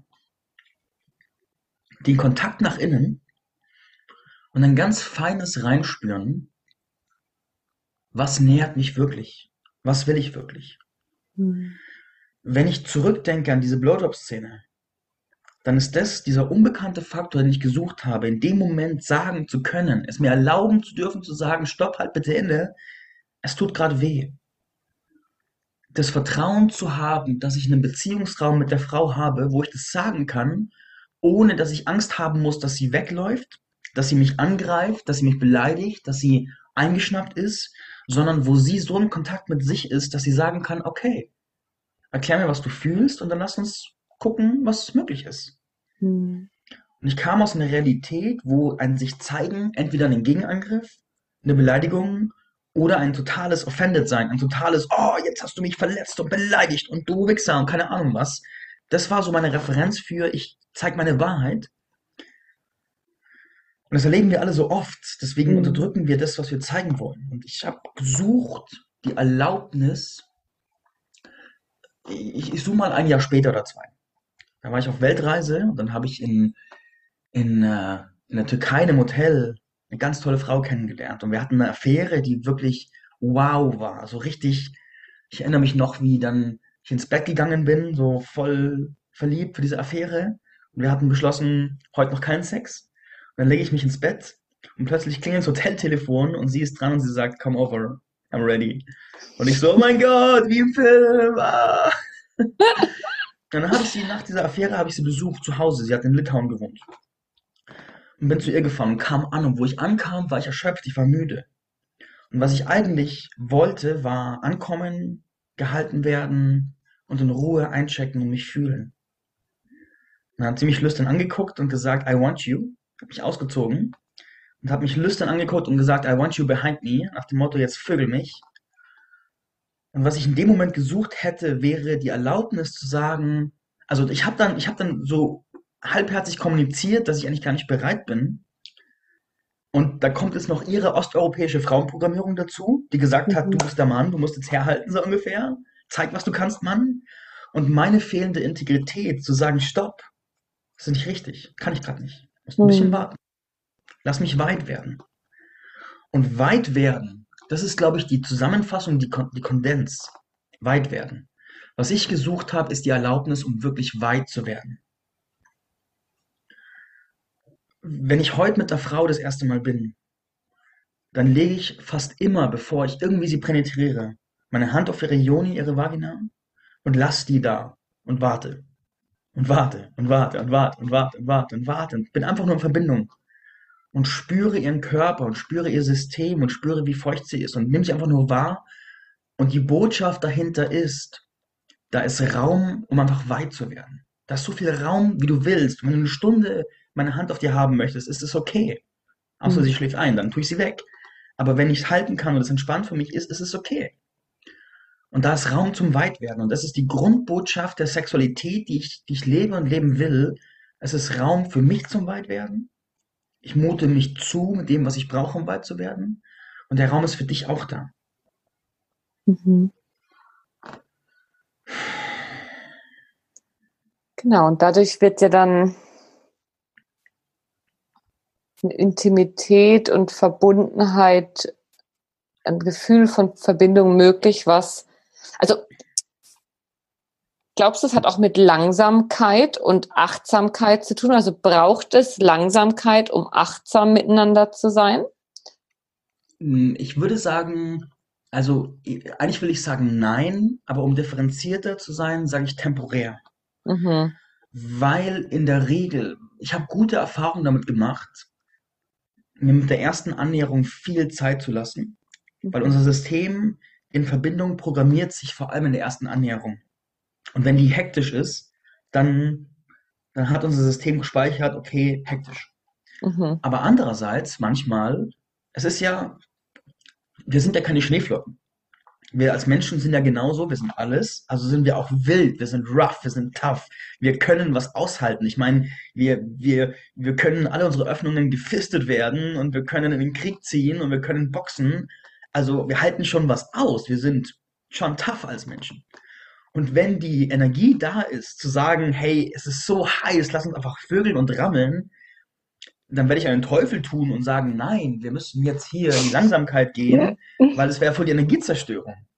den Kontakt nach innen und ein ganz feines Reinspüren, was nährt mich wirklich. Was will ich wirklich? Mhm. Wenn ich zurückdenke an diese Blowjob-Szene, dann ist das dieser unbekannte Faktor, den ich gesucht habe, in dem Moment sagen zu können, es mir erlauben zu dürfen, zu sagen, stopp, halt bitte inne, es tut gerade weh. Das Vertrauen zu haben, dass ich einen Beziehungsraum mit der Frau habe, wo ich das sagen kann, ohne dass ich Angst haben muss, dass sie wegläuft, dass sie mich angreift, dass sie mich beleidigt, dass sie eingeschnappt ist, sondern wo sie so in Kontakt mit sich ist, dass sie sagen kann, okay, erklär mir, was du fühlst und dann lass uns gucken, was möglich ist. Mhm. Und ich kam aus einer Realität, wo ein sich zeigen, entweder ein Gegenangriff, eine Beleidigung oder ein totales Offended sein, ein totales, oh, jetzt hast du mich verletzt und beleidigt und du Wichser und keine Ahnung was. Das war so meine Referenz für, ich zeig meine Wahrheit. Und das erleben wir alle so oft. Deswegen Mhm. unterdrücken wir das, was wir zeigen wollen. Und ich habe gesucht, die Erlaubnis, ich, ich suche mal ein Jahr später oder zwei. Da war ich auf Weltreise und dann habe ich in, in, äh, in der Türkei in einem Hotel eine ganz tolle Frau kennengelernt. Und wir hatten eine Affäre, die wirklich wow war. So richtig, ich erinnere mich noch, wie dann ich ins Bett gegangen bin, so voll verliebt für diese Affäre. Und wir hatten beschlossen, heute noch keinen Sex. Und dann lege ich mich ins Bett und plötzlich klingelt das Hoteltelefon und sie ist dran und sie sagt, come over, I'm ready. Und ich so, oh mein Gott, wie im Film. Ah. Und dann habe ich sie nach dieser Affäre habe ich sie besucht zu Hause. Sie hat in Litauen gewohnt. Und bin zu ihr gefahren und kam an. Und wo ich ankam, war ich erschöpft, ich war müde. Und was ich eigentlich wollte, war ankommen, gehalten werden und in Ruhe einchecken und mich fühlen. Und dann hat sie mich lüstern angeguckt und gesagt, I want you. Hat mich ausgezogen und hat mich lüstern angeguckt und gesagt, I want you behind me. Nach dem Motto, jetzt vögel mich. Und was ich in dem Moment gesucht hätte, wäre die Erlaubnis zu sagen, also ich habe dann, ich habe dann so halbherzig kommuniziert, dass ich eigentlich gar nicht bereit bin. Und da kommt jetzt noch ihre osteuropäische Frauenprogrammierung dazu, die gesagt hat, du Mhm. bist der Mann, du musst jetzt herhalten, so ungefähr. Zeig, was du kannst, Mann. Und meine fehlende Integrität zu sagen, stopp, das ist nicht richtig, kann ich gerade nicht. Muss ein bisschen Mhm. warten. Lass mich weit werden. Und weit werden, das ist, glaube ich, die Zusammenfassung, die, Kon die Kondens. Weit werden. Was ich gesucht habe, ist die Erlaubnis, um wirklich weit zu werden. Wenn ich heute mit der Frau das erste Mal bin, dann lege ich fast immer, bevor ich irgendwie sie penetriere, meine Hand auf ihre Yoni, ihre Vagina und lass die da und warte und warte und warte und warte und warte und warte und warte und bin einfach nur in Verbindung und spüre ihren Körper und spüre ihr System und spüre, wie feucht sie ist und nimm sie einfach nur wahr. Und die Botschaft dahinter ist, da ist Raum, um einfach weit zu werden. Da ist so viel Raum, wie du willst. Und wenn du eine Stunde meine Hand auf dir haben möchtest, ist es okay. Außer sie Mhm. schläft ein, dann tue ich sie weg. Aber wenn ich es halten kann und es entspannt für mich ist, ist es okay. Und da ist Raum zum Weitwerden. Und das ist die Grundbotschaft der Sexualität, die ich, die ich lebe und leben will. Es ist Raum für mich zum Weitwerden. Ich mute mich zu mit dem, was ich brauche, um weit zu werden. Und der Raum ist für dich auch da. Mhm. Genau, und dadurch wird ja dann eine Intimität und Verbundenheit, ein Gefühl von Verbindung möglich, was, also glaubst du, es hat auch mit Langsamkeit und Achtsamkeit zu tun? Also braucht es Langsamkeit, um achtsam miteinander zu sein? Hm, ich würde sagen, also i- eigentlich will ich sagen nein, aber um differenzierter zu sein, sage ich temporär. Mhm. Weil in der Regel, ich habe gute Erfahrungen damit gemacht, mir mit der ersten Annäherung viel Zeit zu lassen, weil Mhm. unser System in Verbindung programmiert sich vor allem in der ersten Annäherung. Und wenn die hektisch ist, dann, dann hat unser System gespeichert, okay, hektisch. Mhm. Aber andererseits, manchmal, es ist ja, wir sind ja keine Schneeflocken. Wir als Menschen sind ja genauso, wir sind alles, also sind wir auch wild, wir sind rough, wir sind tough, wir können was aushalten. Ich meine, wir, wir, wir können alle unsere Öffnungen gefistet werden und wir können in den Krieg ziehen und wir können boxen. Also wir halten schon was aus, wir sind schon tough als Menschen. Und wenn die Energie da ist, zu sagen, hey, es ist so heiß, lass uns einfach vögeln und rammeln, dann werde ich einen Teufel tun und sagen, nein, wir müssen jetzt hier in die Langsamkeit Ja. gehen, weil es wäre voll die Energiezerstörung.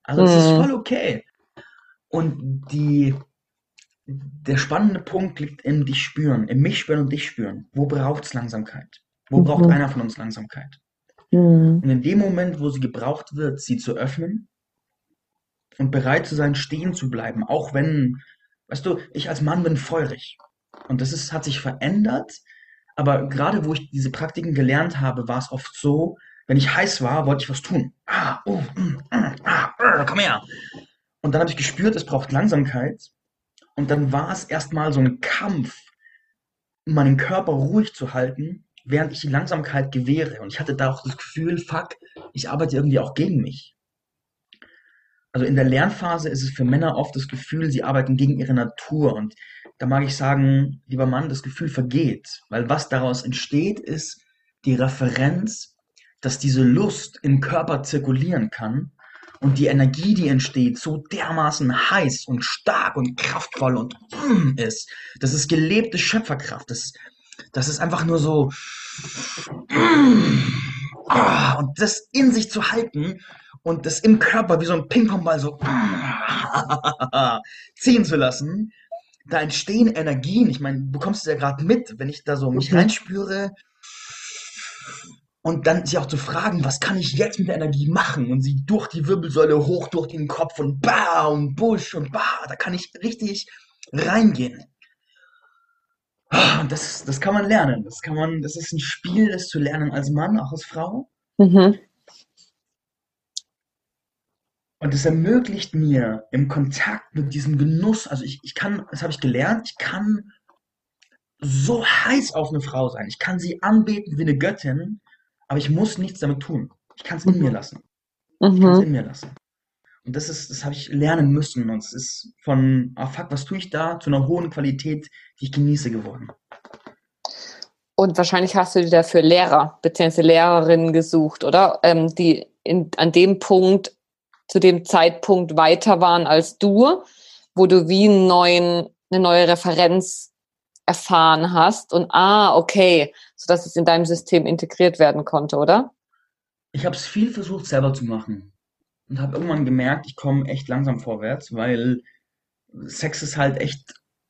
Also es ist Mhm. voll okay. Und die, der spannende Punkt liegt im dich spüren, im mich spüren und dich spüren. Wo braucht es Langsamkeit? Wo braucht Mhm. einer von uns Langsamkeit? Mhm. Und in dem Moment, wo sie gebraucht wird, sie zu öffnen und bereit zu sein, stehen zu bleiben, auch wenn, weißt du, ich als Mann bin feurig. Und das ist, hat sich verändert, aber gerade wo ich diese Praktiken gelernt habe, war es oft so, wenn ich heiß war, wollte ich was tun. Ah, oh, mm, mm, ah, uh, komm her. Und dann habe ich gespürt, es braucht Langsamkeit. Und dann war es erstmal so ein Kampf, meinen Körper ruhig zu halten, während ich die Langsamkeit gewähre. Und ich hatte da auch das Gefühl, fuck, ich arbeite irgendwie auch gegen mich. Also in der Lernphase ist es für Männer oft das Gefühl, sie arbeiten gegen ihre Natur. Und da mag ich sagen, lieber Mann, das Gefühl vergeht. Weil was daraus entsteht, ist die Referenz, dass diese Lust im Körper zirkulieren kann und die Energie, die entsteht, so dermaßen heiß und stark und kraftvoll und mm, ist. Das ist gelebte Schöpferkraft. Das, das ist einfach nur so. Ah, und das in sich zu halten und das im Körper wie so ein Ping-Pong-Ball so ziehen zu lassen, da entstehen Energien. Ich meine, du bekommst es ja gerade mit, wenn ich da so mich Mhm. reinspüre und dann sich auch zu fragen, was kann ich jetzt mit der Energie machen? Und sie durch die Wirbelsäule hoch durch den Kopf und bah und Busch und bah, da kann ich richtig reingehen. Ah, und das, das kann man lernen. Das kann man, das ist ein Spiel, das zu lernen als Mann, auch als Frau. Mhm. Und es ermöglicht mir im Kontakt mit diesem Genuss, also ich, ich kann, das habe ich gelernt, ich kann so heiß auf eine Frau sein. Ich kann sie anbeten wie eine Göttin, aber ich muss nichts damit tun. Ich kann es in mir Mhm. lassen. Ich kann es Mhm. in mir lassen. Und das ist, das habe ich lernen müssen. Und es ist von, ah fuck, was tue ich da, zu einer hohen Qualität, die ich genieße geworden. Und wahrscheinlich hast du dir dafür Lehrer bzw. Lehrerinnen gesucht, oder? Ähm, die in, an dem Punkt, zu dem Zeitpunkt weiter waren als du, wo du wie einen neuen, eine neue Referenz erfahren hast und ah, okay, sodass es in deinem System integriert werden konnte, oder? Ich habe es viel versucht selber zu machen und habe irgendwann gemerkt, ich komme echt langsam vorwärts, weil Sex ist halt echt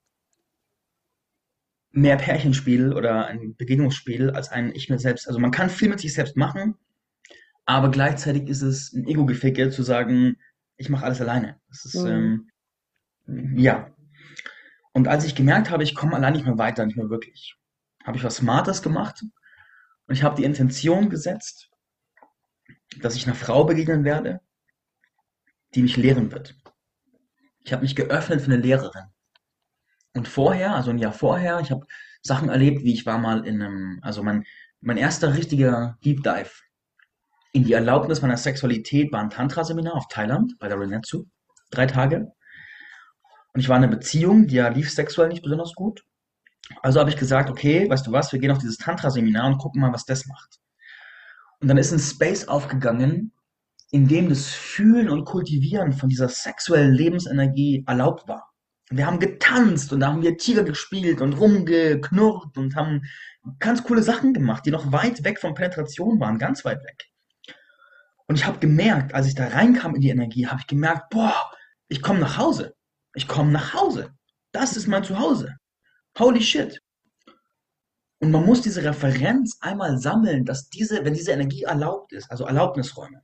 mehr Pärchenspiel oder ein Begegnungsspiel als ein Ich mit selbst. Also man kann viel mit sich selbst machen, aber gleichzeitig ist es ein Ego-Geficke zu sagen, ich mache alles alleine. Das ist, Mhm. ähm, ja. Und als ich gemerkt habe, ich komme allein nicht mehr weiter, nicht mehr wirklich, habe ich was Smartes gemacht und ich habe die Intention gesetzt, dass ich einer Frau begegnen werde, die mich lehren wird. Ich habe mich geöffnet für eine Lehrerin. Und vorher, also ein Jahr vorher, ich habe Sachen erlebt, wie ich war mal in einem, also mein, mein erster richtiger Deep Dive in die Erlaubnis meiner Sexualität war ein Tantra-Seminar auf Thailand bei der Renetsu. Drei Tage. Und ich war in einer Beziehung, die ja lief sexuell nicht besonders gut. Also habe ich gesagt, okay, weißt du was, wir gehen auf dieses Tantra-Seminar und gucken mal, was das macht. Und dann ist ein Space aufgegangen, in dem das Fühlen und Kultivieren von dieser sexuellen Lebensenergie erlaubt war. Wir haben getanzt und da haben wir Tiger gespielt und rumgeknurrt und haben ganz coole Sachen gemacht, die noch weit weg von Penetration waren, ganz weit weg. Und ich habe gemerkt, als ich da reinkam in die Energie, habe ich gemerkt, boah, ich komme nach Hause. Ich komme nach Hause. Das ist mein Zuhause. Holy shit. Und man muss diese Referenz einmal sammeln, dass diese, wenn diese Energie erlaubt ist, also Erlaubnisräume.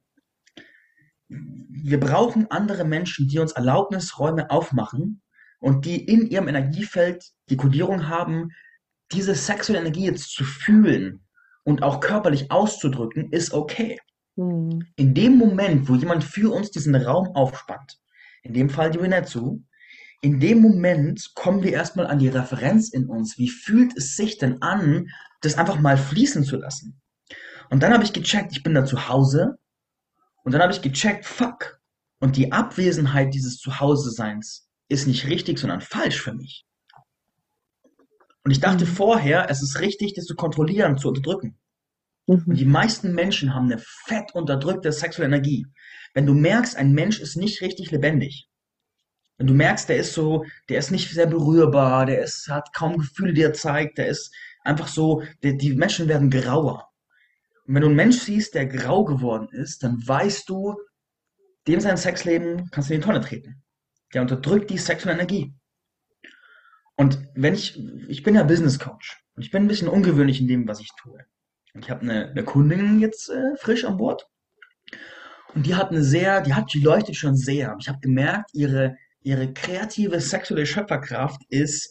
Wir brauchen andere Menschen, die uns Erlaubnisräume aufmachen und die in ihrem Energiefeld die Kodierung haben, diese sexuelle Energie jetzt zu fühlen und auch körperlich auszudrücken, ist okay. Mhm. In dem Moment, wo jemand für uns diesen Raum aufspannt, in dem Fall die Renetsu, in dem Moment kommen wir erstmal an die Referenz in uns. Wie fühlt es sich denn an, das einfach mal fließen zu lassen? Und dann habe ich gecheckt, ich bin da zu Hause. Und dann habe ich gecheckt, fuck. Und die Abwesenheit dieses Zuhause-Seins ist nicht richtig, sondern falsch für mich. Und ich dachte Mhm. vorher, es ist richtig, das zu kontrollieren, zu unterdrücken. Und Mhm. die meisten Menschen haben eine fett unterdrückte sexuelle Energie. Wenn du merkst, ein Mensch ist nicht richtig lebendig, wenn du merkst, der ist so, der ist nicht sehr berührbar, der ist, hat kaum Gefühle, die er zeigt, der ist einfach so, der, die Menschen werden grauer. Und wenn du einen Mensch siehst, der grau geworden ist, dann weißt du, dem sein Sexleben kannst du in die Tonne treten. Der unterdrückt die sexuelle Energie. Und wenn ich, ich bin ja Business Coach und ich bin ein bisschen ungewöhnlich in dem, was ich tue. Und ich habe eine, eine Kundin jetzt äh, frisch an Bord und die hat eine sehr, die hat, die leuchtet schon sehr. Ich habe gemerkt, ihre, ihre kreative sexuelle Schöpferkraft ist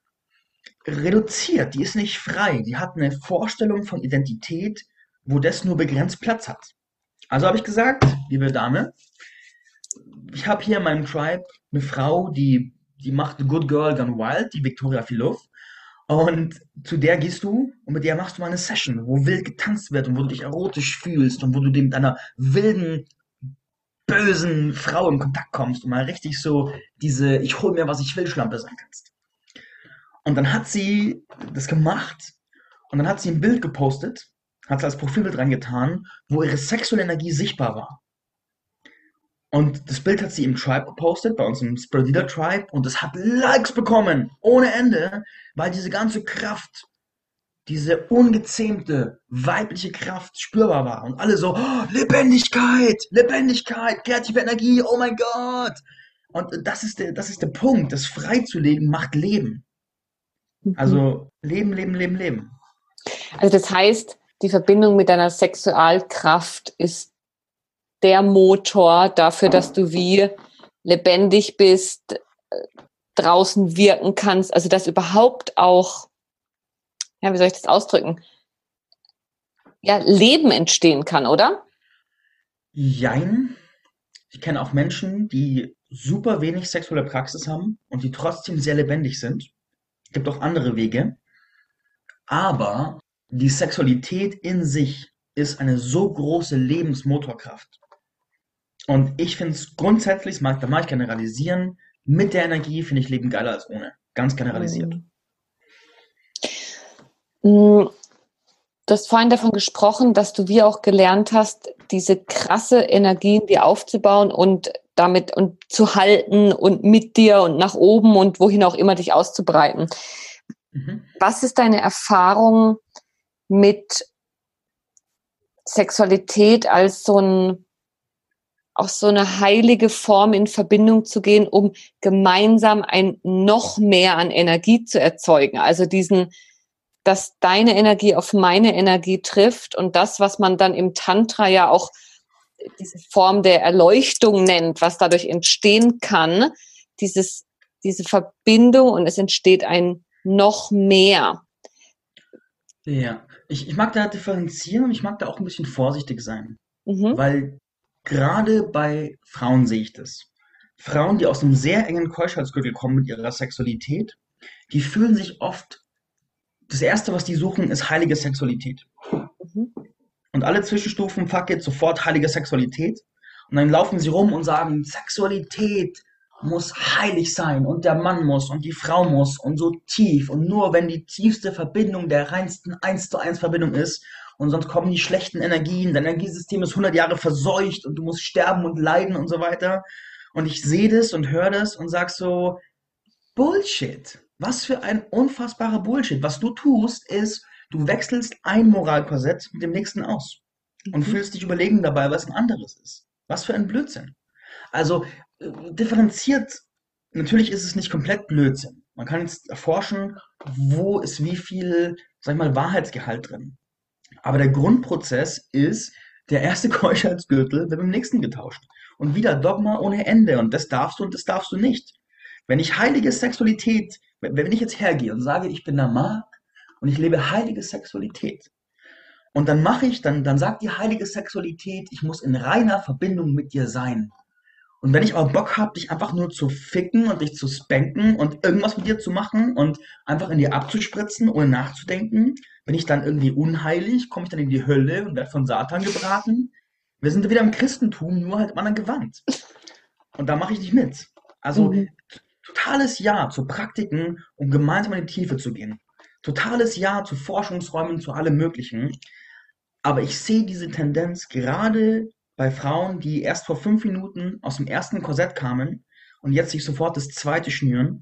reduziert, die ist nicht frei. Die hat eine Vorstellung von Identität, wo das nur begrenzt Platz hat. Also habe ich gesagt, liebe Dame, ich habe hier in meinem Tribe eine Frau, die, die macht The Good Girl Gone Wild, die Victoria Filov. Und zu der gehst du und mit der machst du mal eine Session, wo wild getanzt wird und wo du dich erotisch fühlst und wo du mit einer wilden, bösen Frau in Kontakt kommst und mal richtig so diese Ich hol mir, was ich will, Schlampe sein kannst. Und dann hat sie das gemacht und dann hat sie ein Bild gepostet, hat es als Profilbild reingetan, wo ihre sexuelle Energie sichtbar war. Und das Bild hat sie im Tribe gepostet, bei uns im Spirit Leader Tribe, und es hat Likes bekommen, ohne Ende, weil diese ganze Kraft, diese ungezähmte weibliche Kraft spürbar war. Und alle so, oh, Lebendigkeit, Lebendigkeit, kreative Energie, oh mein Gott. Und das ist der, das ist der Punkt, das freizulegen macht Leben. Also Leben, Leben, Leben, Leben. Also das heißt, die Verbindung mit deiner Sexualkraft ist der Motor dafür, dass du wie lebendig bist, draußen wirken kannst, also dass überhaupt auch, ja, wie soll ich das ausdrücken, ja, Leben entstehen kann, oder? Jein. Ich kenne auch Menschen, die super wenig sexuelle Praxis haben und die trotzdem sehr lebendig sind. Es gibt auch andere Wege. Aber die Sexualität in sich ist eine so große Lebensmotorkraft. Und ich finde es grundsätzlich, mag, da mag ich generalisieren, mit der Energie finde ich Leben geiler als ohne. Ganz generalisiert. Du hast vorhin davon gesprochen, dass du wie auch gelernt hast, diese krasse Energie in dir aufzubauen und damit und zu halten und mit dir und nach oben und wohin auch immer dich auszubreiten. Mhm. Was ist deine Erfahrung mit Sexualität als so ein auch so eine heilige Form in Verbindung zu gehen, um gemeinsam ein noch mehr an Energie zu erzeugen. Also diesen, dass deine Energie auf meine Energie trifft und das, was man dann im Tantra ja auch diese Form der Erleuchtung nennt, was dadurch entstehen kann, dieses, diese Verbindung und es entsteht ein noch mehr. Ja, ich, ich mag da differenzieren und ich mag da auch ein bisschen vorsichtig sein, mhm. weil gerade bei Frauen sehe ich das. Frauen, die aus einem sehr engen Keuschheitsgürtel kommen mit ihrer Sexualität, die fühlen sich oft, das Erste, was die suchen, ist heilige Sexualität. Mhm. Und alle Zwischenstufen, fuck it, sofort heilige Sexualität. Und dann laufen sie rum und sagen, Sexualität muss heilig sein und der Mann muss und die Frau muss und so tief. Und nur wenn die tiefste Verbindung der reinsten eins zu eins Verbindung ist, und sonst kommen die schlechten Energien, dein Energiesystem ist hundert Jahre verseucht und du musst sterben und leiden und so weiter. Und ich sehe das und höre das und sag so, Bullshit. Was für ein unfassbarer Bullshit. Was du tust, ist, du wechselst ein Moralkorsett mit dem nächsten aus und mhm. fühlst dich überlegen dabei, was ein anderes ist. Was für ein Blödsinn. Also differenziert, natürlich ist es nicht komplett Blödsinn. Man kann jetzt erforschen, wo ist wie viel, sag ich mal, Wahrheitsgehalt drin. Aber der Grundprozess ist, der erste Keuschheitsgürtel wird mit dem nächsten getauscht. Und wieder Dogma ohne Ende. Und das darfst du und das darfst du nicht. Wenn ich heilige Sexualität, wenn ich jetzt hergehe und sage, ich bin der Marc und ich lebe heilige Sexualität. Und dann mache ich, dann, dann sagt die heilige Sexualität, ich muss in reiner Verbindung mit dir sein. Und wenn ich aber Bock habe, dich einfach nur zu ficken und dich zu spanken und irgendwas mit dir zu machen und einfach in dir abzuspritzen, ohne nachzudenken, bin ich dann irgendwie unheilig, komme ich dann in die Hölle und werde von Satan gebraten. Wir sind wieder im Christentum, nur halt im anderen Gewand. Und da mache ich nicht mit. Also mhm. totales Ja zu Praktiken, um gemeinsam in die Tiefe zu gehen. Totales Ja zu Forschungsräumen, zu allem Möglichen. Aber ich sehe diese Tendenz gerade bei Frauen, die erst vor fünf Minuten aus dem ersten Korsett kamen und jetzt sich sofort das zweite schnüren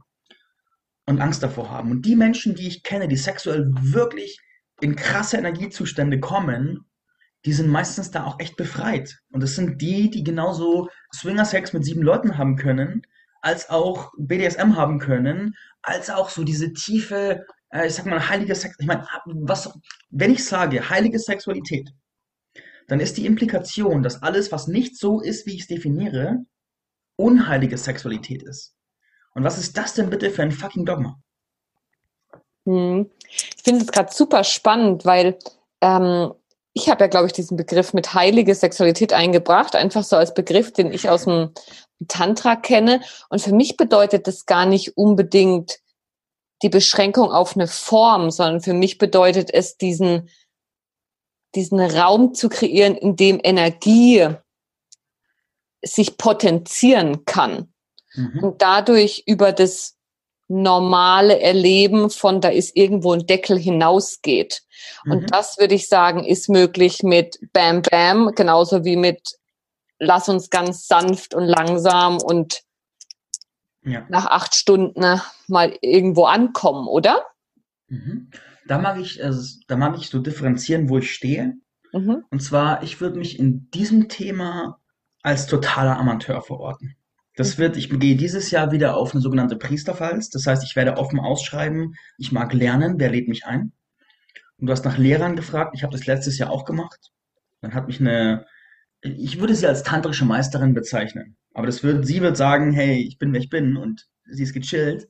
und Angst davor haben. Und die Menschen, die ich kenne, die sexuell wirklich in krasse Energiezustände kommen, die sind meistens da auch echt befreit. Und das sind die, die genauso Swinger-Sex mit sieben Leuten haben können, als auch B D S M haben können, als auch so diese tiefe, äh, ich sag mal, heilige Sex. Ich meine, was, wenn ich sage heilige Sexualität, dann ist die Implikation, dass alles, was nicht so ist, wie ich es definiere, unheilige Sexualität ist. Und was ist das denn bitte für ein fucking Dogma? Hm. Ich finde es gerade super spannend, weil ähm, ich habe ja, glaube ich, diesen Begriff mit heilige Sexualität eingebracht, einfach so als Begriff, den ich aus dem Tantra kenne. Und für mich bedeutet das gar nicht unbedingt die Beschränkung auf eine Form, sondern für mich bedeutet es, diesen, diesen Raum zu kreieren, in dem Energie sich potenzieren kann. Mhm. Und dadurch über das normale Erleben von, da ist irgendwo ein Deckel, hinausgeht. Mhm. Und das, würde ich sagen, ist möglich mit Bam Bam, genauso wie mit lass uns ganz sanft und langsam und ja. nach acht Stunden mal irgendwo ankommen, oder? Mhm. Da mag ich, also, da mag ich so differenzieren, wo ich stehe. Mhm. Und zwar, ich würde mich in diesem Thema als totaler Amateur verorten. Das wird, ich gehe dieses Jahr wieder auf eine sogenannte Priesterpfalz. Das heißt, ich werde offen ausschreiben, ich mag lernen, wer lädt mich ein? Und du hast nach Lehrern gefragt, ich habe das letztes Jahr auch gemacht. Dann hat mich eine, ich würde sie als tantrische Meisterin bezeichnen. Aber das wird, sie wird sagen, hey, ich bin, wer ich bin und sie ist gechillt.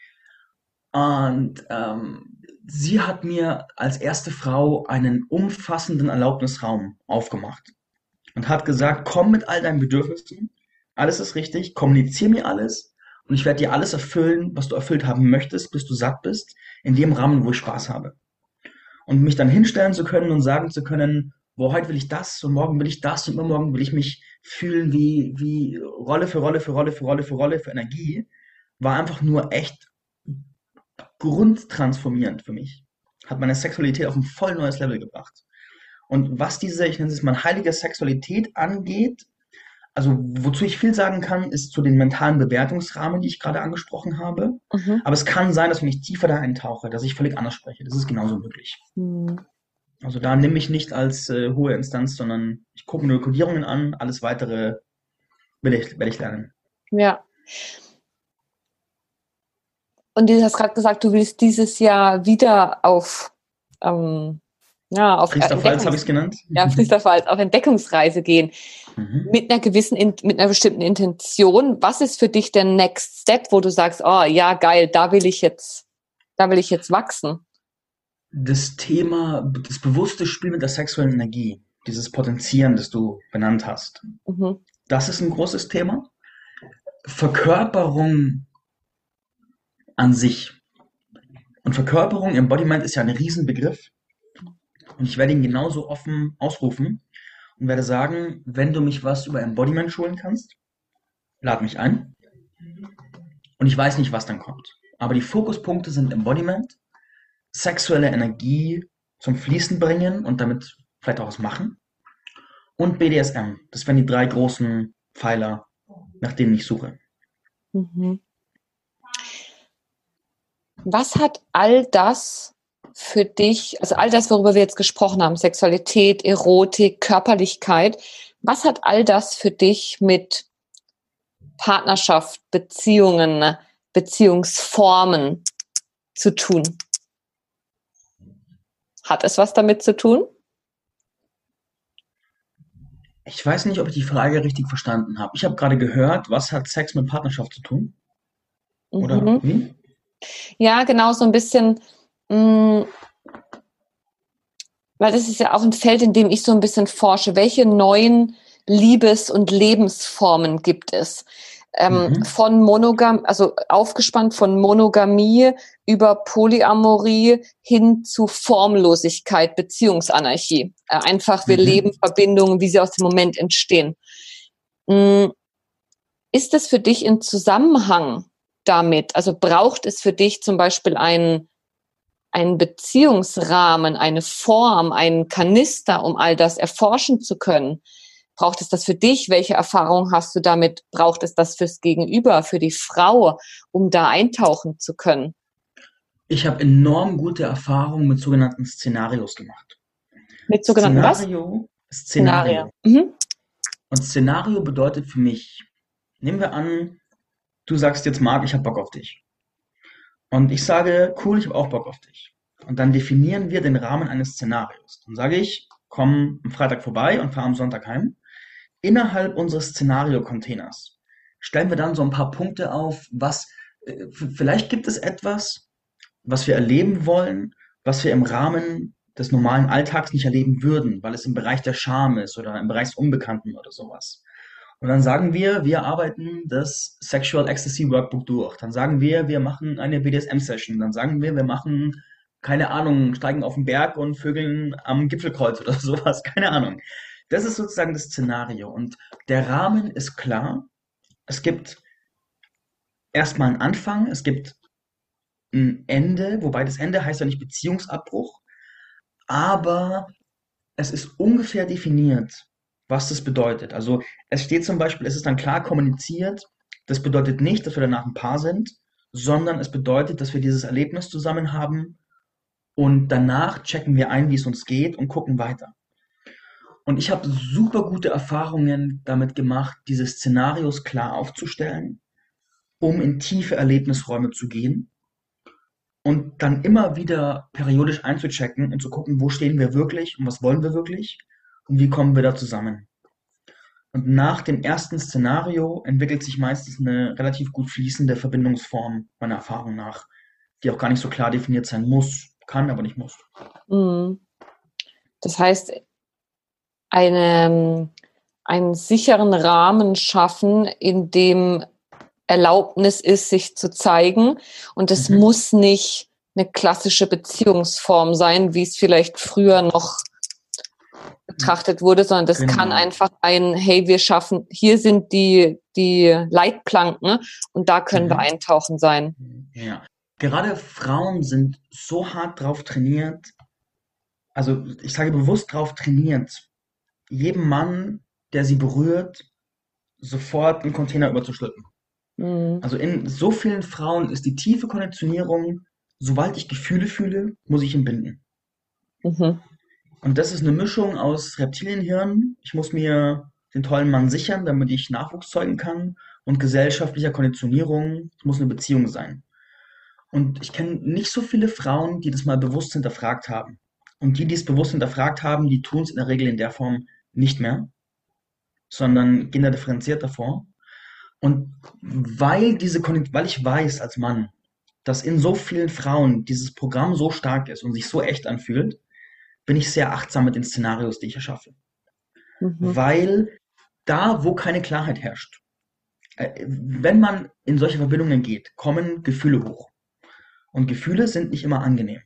Und ähm, sie hat mir als erste Frau einen umfassenden Erlaubnisraum aufgemacht und hat gesagt, komm mit all deinen Bedürfnissen, alles ist richtig, kommunizier mir alles und ich werde dir alles erfüllen, was du erfüllt haben möchtest, bis du satt bist, in dem Rahmen, wo ich Spaß habe. Und mich dann hinstellen zu können und sagen zu können, boah, heute will ich das und morgen will ich das und übermorgen will ich mich fühlen wie, wie Rolle für Rolle für Rolle für Rolle für Rolle für Energie, war einfach nur echt grundtransformierend für mich. Hat meine Sexualität auf ein voll neues Level gebracht. Und was diese, ich nenne es mal, heilige Sexualität angeht, also wozu ich viel sagen kann, ist zu den mentalen Bewertungsrahmen, die ich gerade angesprochen habe. Mhm. Aber es kann sein, dass wenn ich tiefer da eintauche, dass ich völlig anders spreche. Das ist genauso möglich. Mhm. Also da nehme ich nicht als äh, hohe Instanz, sondern ich gucke nur Kodierungen an, alles weitere werde ich, werde ich lernen. Ja. Und du hast gerade gesagt, du willst dieses Jahr wieder auf ähm, ja, auf Priesterpfalz habe ich es genannt. Ja, Priesterpfalz, auf Entdeckungsreise gehen. Mhm. Mit einer gewissen, mit einer bestimmten Intention. Was ist für dich der Next Step, wo du sagst, oh ja, geil, da will ich jetzt, da will ich jetzt wachsen? Das Thema, das bewusste Spiel mit der sexuellen Energie, dieses Potenzieren, das du benannt hast, mhm. das ist ein großes Thema. Verkörperung an sich. Und Verkörperung, Embodiment ist ja ein Riesenbegriff. Und ich werde ihn genauso offen ausrufen und werde sagen, wenn du mich was über Embodiment schulen kannst, lad mich ein. Und ich weiß nicht, was dann kommt. Aber die Fokuspunkte sind Embodiment, sexuelle Energie zum Fließen bringen und damit vielleicht auch was machen. Und B D S M. Das wären die drei großen Pfeiler, nach denen ich suche. Mhm. Was hat all das für dich, also all das, worüber wir jetzt gesprochen haben, Sexualität, Erotik, Körperlichkeit, was hat all das für dich mit Partnerschaft, Beziehungen, Beziehungsformen zu tun? Hat es was damit zu tun? Ich weiß nicht, ob ich die Frage richtig verstanden habe. Ich habe gerade gehört, was hat Sex mit Partnerschaft zu tun? Oder mhm. wie? Ja, genau, so ein bisschen, mh, weil das ist ja auch ein Feld, in dem ich so ein bisschen forsche. Welche neuen Liebes- und Lebensformen gibt es? Ähm, mhm. Von Monogam, also aufgespannt von Monogamie über Polyamorie hin zu Formlosigkeit, Beziehungsanarchie. Äh, einfach, wir mhm. leben Verbindungen, wie sie aus dem Moment entstehen. Mhm. Ist das für dich in Zusammenhang damit? Also braucht es für dich zum Beispiel einen, einen Beziehungsrahmen, eine Form, einen Kanister, um all das erforschen zu können? Braucht es das für dich? Welche Erfahrung hast du damit? Braucht es das fürs Gegenüber, für die Frau, um da eintauchen zu können? Ich habe enorm gute Erfahrungen mit sogenannten Szenarios gemacht. Mit sogenannten Szenario, Szenario. Szenario. Mhm. Und Szenario bedeutet für mich, nehmen wir an, du sagst jetzt, Marc, ich habe Bock auf dich. Und ich sage, cool, ich habe auch Bock auf dich. Und dann definieren wir den Rahmen eines Szenarios. Dann sage ich, komm am Freitag vorbei und fahr am Sonntag heim. Innerhalb unseres Szenario-Containers stellen wir dann so ein paar Punkte auf, was, äh, vielleicht gibt es etwas, was wir erleben wollen, was wir im Rahmen des normalen Alltags nicht erleben würden, weil es im Bereich der Scham ist oder im Bereich des Unbekannten oder sowas. Und dann sagen wir, wir arbeiten das Sexual Ecstasy Workbook durch. Dann sagen wir, wir machen eine B D S M-Session. Dann sagen wir, wir machen, keine Ahnung, steigen auf den Berg und vögeln am Gipfelkreuz oder sowas. Keine Ahnung. Das ist sozusagen das Szenario. Und der Rahmen ist klar. Es gibt erstmal einen Anfang, es gibt ein Ende, wobei das Ende heißt ja nicht Beziehungsabbruch, aber es ist ungefähr definiert, was das bedeutet. Also es steht zum Beispiel, es ist dann klar kommuniziert, das bedeutet nicht, dass wir danach ein Paar sind, sondern es bedeutet, dass wir dieses Erlebnis zusammen haben und danach checken wir ein, wie es uns geht und gucken weiter. Und ich habe super gute Erfahrungen damit gemacht, diese Szenarios klar aufzustellen, um in tiefe Erlebnisräume zu gehen und dann immer wieder periodisch einzuchecken und zu gucken, wo stehen wir wirklich und was wollen wir wirklich und wie kommen wir da zusammen. Und nach dem ersten Szenario entwickelt sich meistens eine relativ gut fließende Verbindungsform, meiner Erfahrung nach, die auch gar nicht so klar definiert sein muss, kann, aber nicht muss. Mhm. Das heißt, eine, einen sicheren Rahmen schaffen, in dem Erlaubnis ist, sich zu zeigen. Und es Mhm. muss nicht eine klassische Beziehungsform sein, wie es vielleicht früher noch betrachtet wurde, sondern das Genau. kann einfach ein, hey, wir schaffen, hier sind die, die Leitplanken und da können Mhm. wir eintauchen sein. Ja. Gerade Frauen sind so hart drauf trainiert, also ich sage bewusst drauf trainiert, jedem Mann, der sie berührt, sofort einen Container überzustülpen. Mhm. Also in so vielen Frauen ist die tiefe Konditionierung, sobald ich Gefühle fühle, muss ich ihn binden. Mhm. Und das ist eine Mischung aus Reptilienhirn, ich muss mir den tollen Mann sichern, damit ich Nachwuchs zeugen kann, und gesellschaftlicher Konditionierung, es muss eine Beziehung sein. Und ich kenne nicht so viele Frauen, die das mal bewusst hinterfragt haben. Und die, die es bewusst hinterfragt haben, die tun es in der Regel in der Form nicht mehr, sondern gehen da differenziert davor. Und weil diese, Kon- weil ich weiß als Mann, dass in so vielen Frauen dieses Programm so stark ist und sich so echt anfühlt, bin ich sehr achtsam mit den Szenarios, die ich erschaffe. Mhm. Weil da, wo keine Klarheit herrscht, äh, wenn man in solche Verbindungen geht, kommen Gefühle hoch. Und Gefühle sind nicht immer angenehm.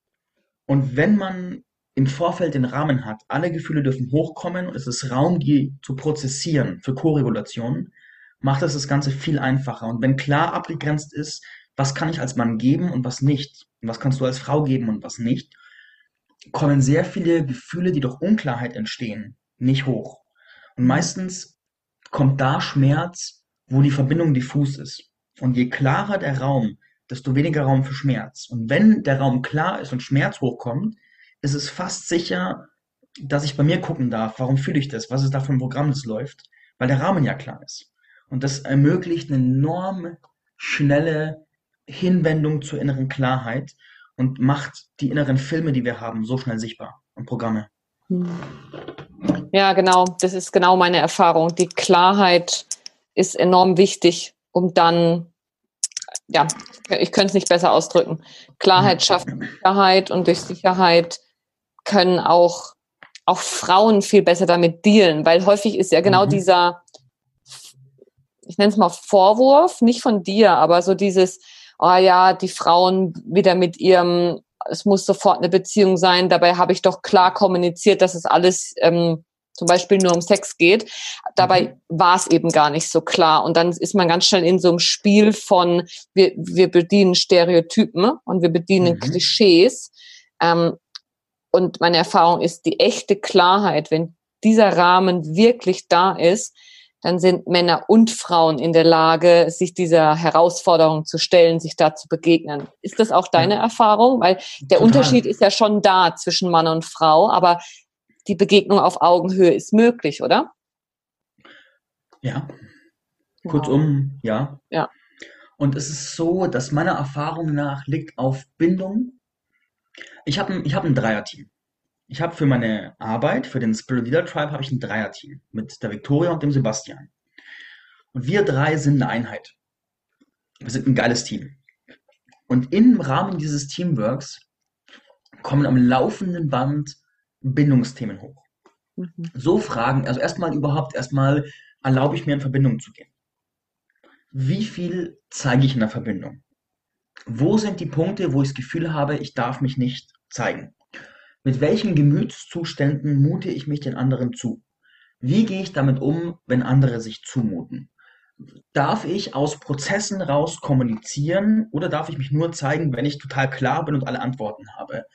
Und wenn man im Vorfeld den Rahmen hat, alle Gefühle dürfen hochkommen und es ist Raum, die zu prozessieren für Koregulation, macht das das Ganze viel einfacher. Und wenn klar abgegrenzt ist, was kann ich als Mann geben und was nicht, und was kannst du als Frau geben und was nicht, kommen sehr viele Gefühle, die durch Unklarheit entstehen, nicht hoch. Und meistens kommt da Schmerz, wo die Verbindung diffus ist. Und je klarer der Raum, desto weniger Raum für Schmerz. Und wenn der Raum klar ist und Schmerz hochkommt, ist es fast sicher, dass ich bei mir gucken darf, warum fühle ich das, was ist da für ein Programm, das läuft, weil der Rahmen ja klar ist. Und das ermöglicht eine enorm schnelle Hinwendung zur inneren Klarheit und macht die inneren Filme, die wir haben, so schnell sichtbar und Programme. Ja, genau. Das ist genau meine Erfahrung. Die Klarheit ist enorm wichtig, um dann, ja, ich könnte es nicht besser ausdrücken. Klarheit schafft Sicherheit und durch Sicherheit können auch, auch Frauen viel besser damit dealen, weil häufig ist ja genau Mhm. dieser, ich nenne es mal Vorwurf, nicht von dir, aber so dieses, oh ja, die Frauen wieder mit ihrem, es muss sofort eine Beziehung sein, dabei habe ich doch klar kommuniziert, dass es alles ähm, zum Beispiel nur um Sex geht. Dabei Mhm. war es eben gar nicht so klar. Und dann ist man ganz schnell in so einem Spiel von, wir, wir bedienen Stereotypen und wir bedienen Mhm. Klischees. Ähm, und meine Erfahrung ist, die echte Klarheit, wenn dieser Rahmen wirklich da ist, dann sind Männer und Frauen in der Lage, sich dieser Herausforderung zu stellen, sich da zu begegnen. Ist das auch deine Ja, Erfahrung? Weil der total. Unterschied ist ja schon da zwischen Mann und Frau, aber die Begegnung auf Augenhöhe ist möglich, oder? Ja, Wow. kurzum, ja. Ja. Und es ist so, dass meiner Erfahrung nach liegt auf Bindung. Ich habe ein, ich hab ein Dreierteam. Ich habe für meine Arbeit, für den Spirit Leader Tribe, habe ich ein Dreierteam mit der Victoria und dem Sebastian. Und wir drei sind eine Einheit. Wir sind ein geiles Team. Und im Rahmen dieses Teamworks kommen am laufenden Band Bindungsthemen hoch. Mhm. So Fragen, also erstmal überhaupt, erstmal erlaube ich mir in Verbindung zu gehen. Wie viel zeige ich in der Verbindung? Wo sind die Punkte, wo ich das Gefühl habe, ich darf mich nicht zeigen? Mit welchen Gemütszuständen mute ich mich den anderen zu? Wie gehe ich damit um, wenn andere sich zumuten? Darf ich aus Prozessen raus kommunizieren oder darf ich mich nur zeigen, wenn ich total klar bin und alle Antworten habe?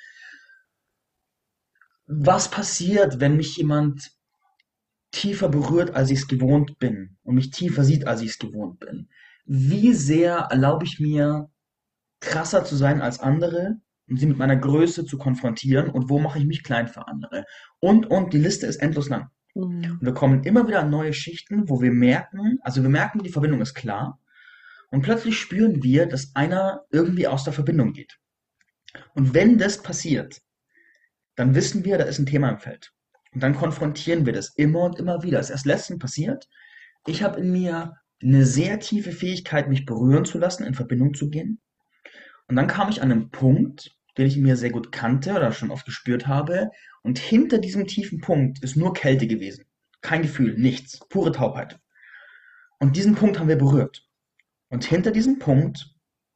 Was passiert, wenn mich jemand tiefer berührt, als ich es gewohnt bin und mich tiefer sieht, als ich es gewohnt bin? Wie sehr erlaube ich mir, krasser zu sein als andere und sie mit meiner Größe zu konfrontieren und wo mache ich mich klein für andere? Und, und, die Liste ist endlos lang. Mhm. Und wir kommen immer wieder an neue Schichten, wo wir merken, also wir merken, die Verbindung ist klar und plötzlich spüren wir, dass einer irgendwie aus der Verbindung geht. Und wenn das passiert, dann wissen wir, da ist ein Thema im Feld. Und dann konfrontieren wir das immer und immer wieder. Das ist erst letztens passiert. Ich habe in mir eine sehr tiefe Fähigkeit, mich berühren zu lassen, in Verbindung zu gehen. Und dann kam ich an einen Punkt, den ich in mir sehr gut kannte oder schon oft gespürt habe. Und hinter diesem tiefen Punkt ist nur Kälte gewesen. Kein Gefühl, nichts, pure Taubheit. Und diesen Punkt haben wir berührt. Und hinter diesem Punkt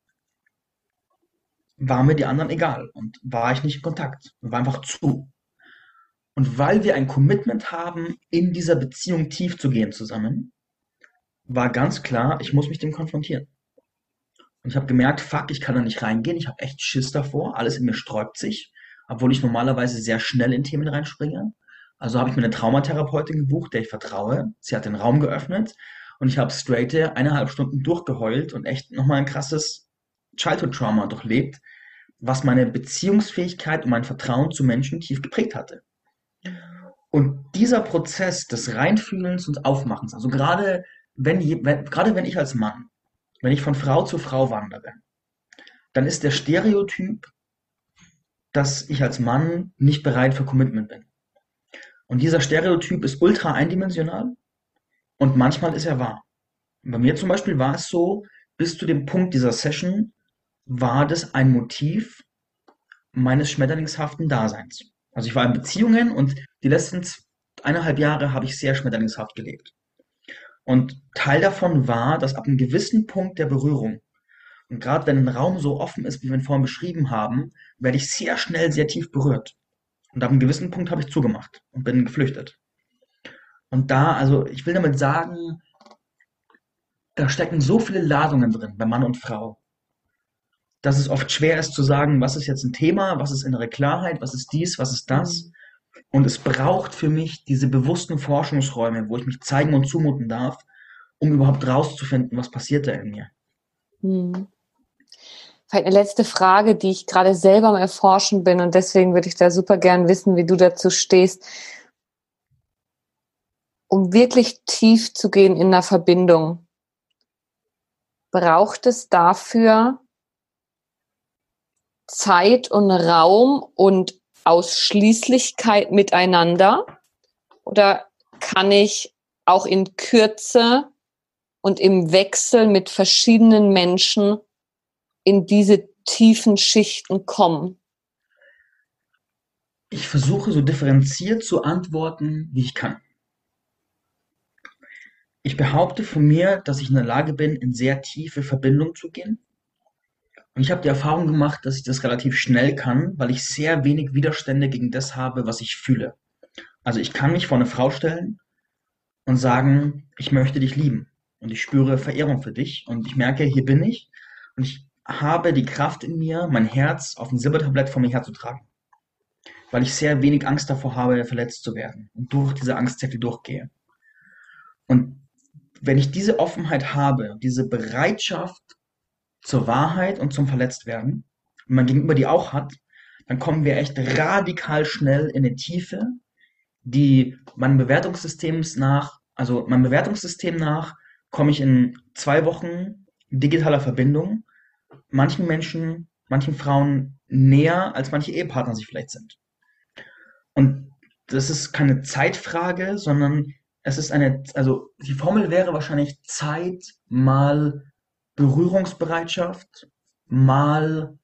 war mir die anderen egal und war ich nicht in Kontakt und war einfach zu. Und weil wir ein Commitment haben, in dieser Beziehung tief zu gehen zusammen, war ganz klar, ich muss mich dem konfrontieren. Und ich habe gemerkt, fuck, ich kann da nicht reingehen, ich habe echt Schiss davor, alles in mir sträubt sich, obwohl ich normalerweise sehr schnell in Themen reinspringe. Also habe ich mir eine Traumatherapeutin gebucht, der ich vertraue. Sie hat den Raum geöffnet und ich habe straight eineinhalb Stunden durchgeheult und echt nochmal ein krasses Childhood-Trauma durchlebt, was meine Beziehungsfähigkeit und mein Vertrauen zu Menschen tief geprägt hatte. Und dieser Prozess des Reinfühlens und Aufmachens, also gerade wenn, wenn, gerade wenn ich als Mann, wenn ich von Frau zu Frau wandere, dann ist der Stereotyp, dass ich als Mann nicht bereit für Commitment bin. Und dieser Stereotyp ist ultra eindimensional und manchmal ist er wahr. Bei mir zum Beispiel war es so, bis zu dem Punkt dieser Session war das ein Motiv meines schmetterlingshaften Daseins. Also ich war in Beziehungen und die letzten eineinhalb Jahre habe ich sehr schmetterlingshaft gelebt. Und Teil davon war, dass ab einem gewissen Punkt der Berührung, und gerade wenn ein Raum so offen ist, wie wir ihn vorhin beschrieben haben, werde ich sehr schnell sehr tief berührt. Und ab einem gewissen Punkt habe ich zugemacht und bin geflüchtet. Und da, also ich will damit sagen, da stecken so viele Ladungen drin bei Mann und Frau, dass es oft schwer ist zu sagen, was ist jetzt ein Thema, was ist innere Klarheit, was ist dies, was ist das. Und es braucht für mich diese bewussten Forschungsräume, wo ich mich zeigen und zumuten darf, um überhaupt rauszufinden, was passiert da in mir. Hm. Vielleicht eine letzte Frage, die ich gerade selber am Erforschen bin und deswegen würde ich da super gern wissen, wie du dazu stehst. Um wirklich tief zu gehen in einer Verbindung, braucht es dafür Zeit und Raum und Ausschließlichkeit miteinander? Oder kann ich auch in Kürze und im Wechsel mit verschiedenen Menschen in diese tiefen Schichten kommen? Ich versuche so differenziert zu antworten, wie ich kann. Ich behaupte von mir, dass ich in der Lage bin, in sehr tiefe Verbindung zu gehen. Und ich habe die Erfahrung gemacht, dass ich das relativ schnell kann, weil ich sehr wenig Widerstände gegen das habe, was ich fühle. Also ich kann mich vor eine Frau stellen und sagen, ich möchte dich lieben. Und ich spüre Verehrung für dich. Und ich merke, hier bin ich. Und ich habe die Kraft in mir, mein Herz auf ein Silbertablett vor mir herzutragen. Weil ich sehr wenig Angst davor habe, verletzt zu werden. Und durch diese Angstzirkel durchgehe. Und wenn ich diese Offenheit habe, diese Bereitschaft zur Wahrheit und zum Verletztwerden, und mein Gegenüber die auch hat, dann kommen wir echt radikal schnell in eine Tiefe, die meinem Bewertungssystems nach, also meinem Bewertungssystem nach, komme ich in zwei Wochen digitaler Verbindung manchen Menschen, manchen Frauen näher, als manche Ehepartner sie vielleicht sind. Und das ist keine Zeitfrage, sondern es ist eine, also die Formel wäre wahrscheinlich Zeit mal Berührungsbereitschaft mal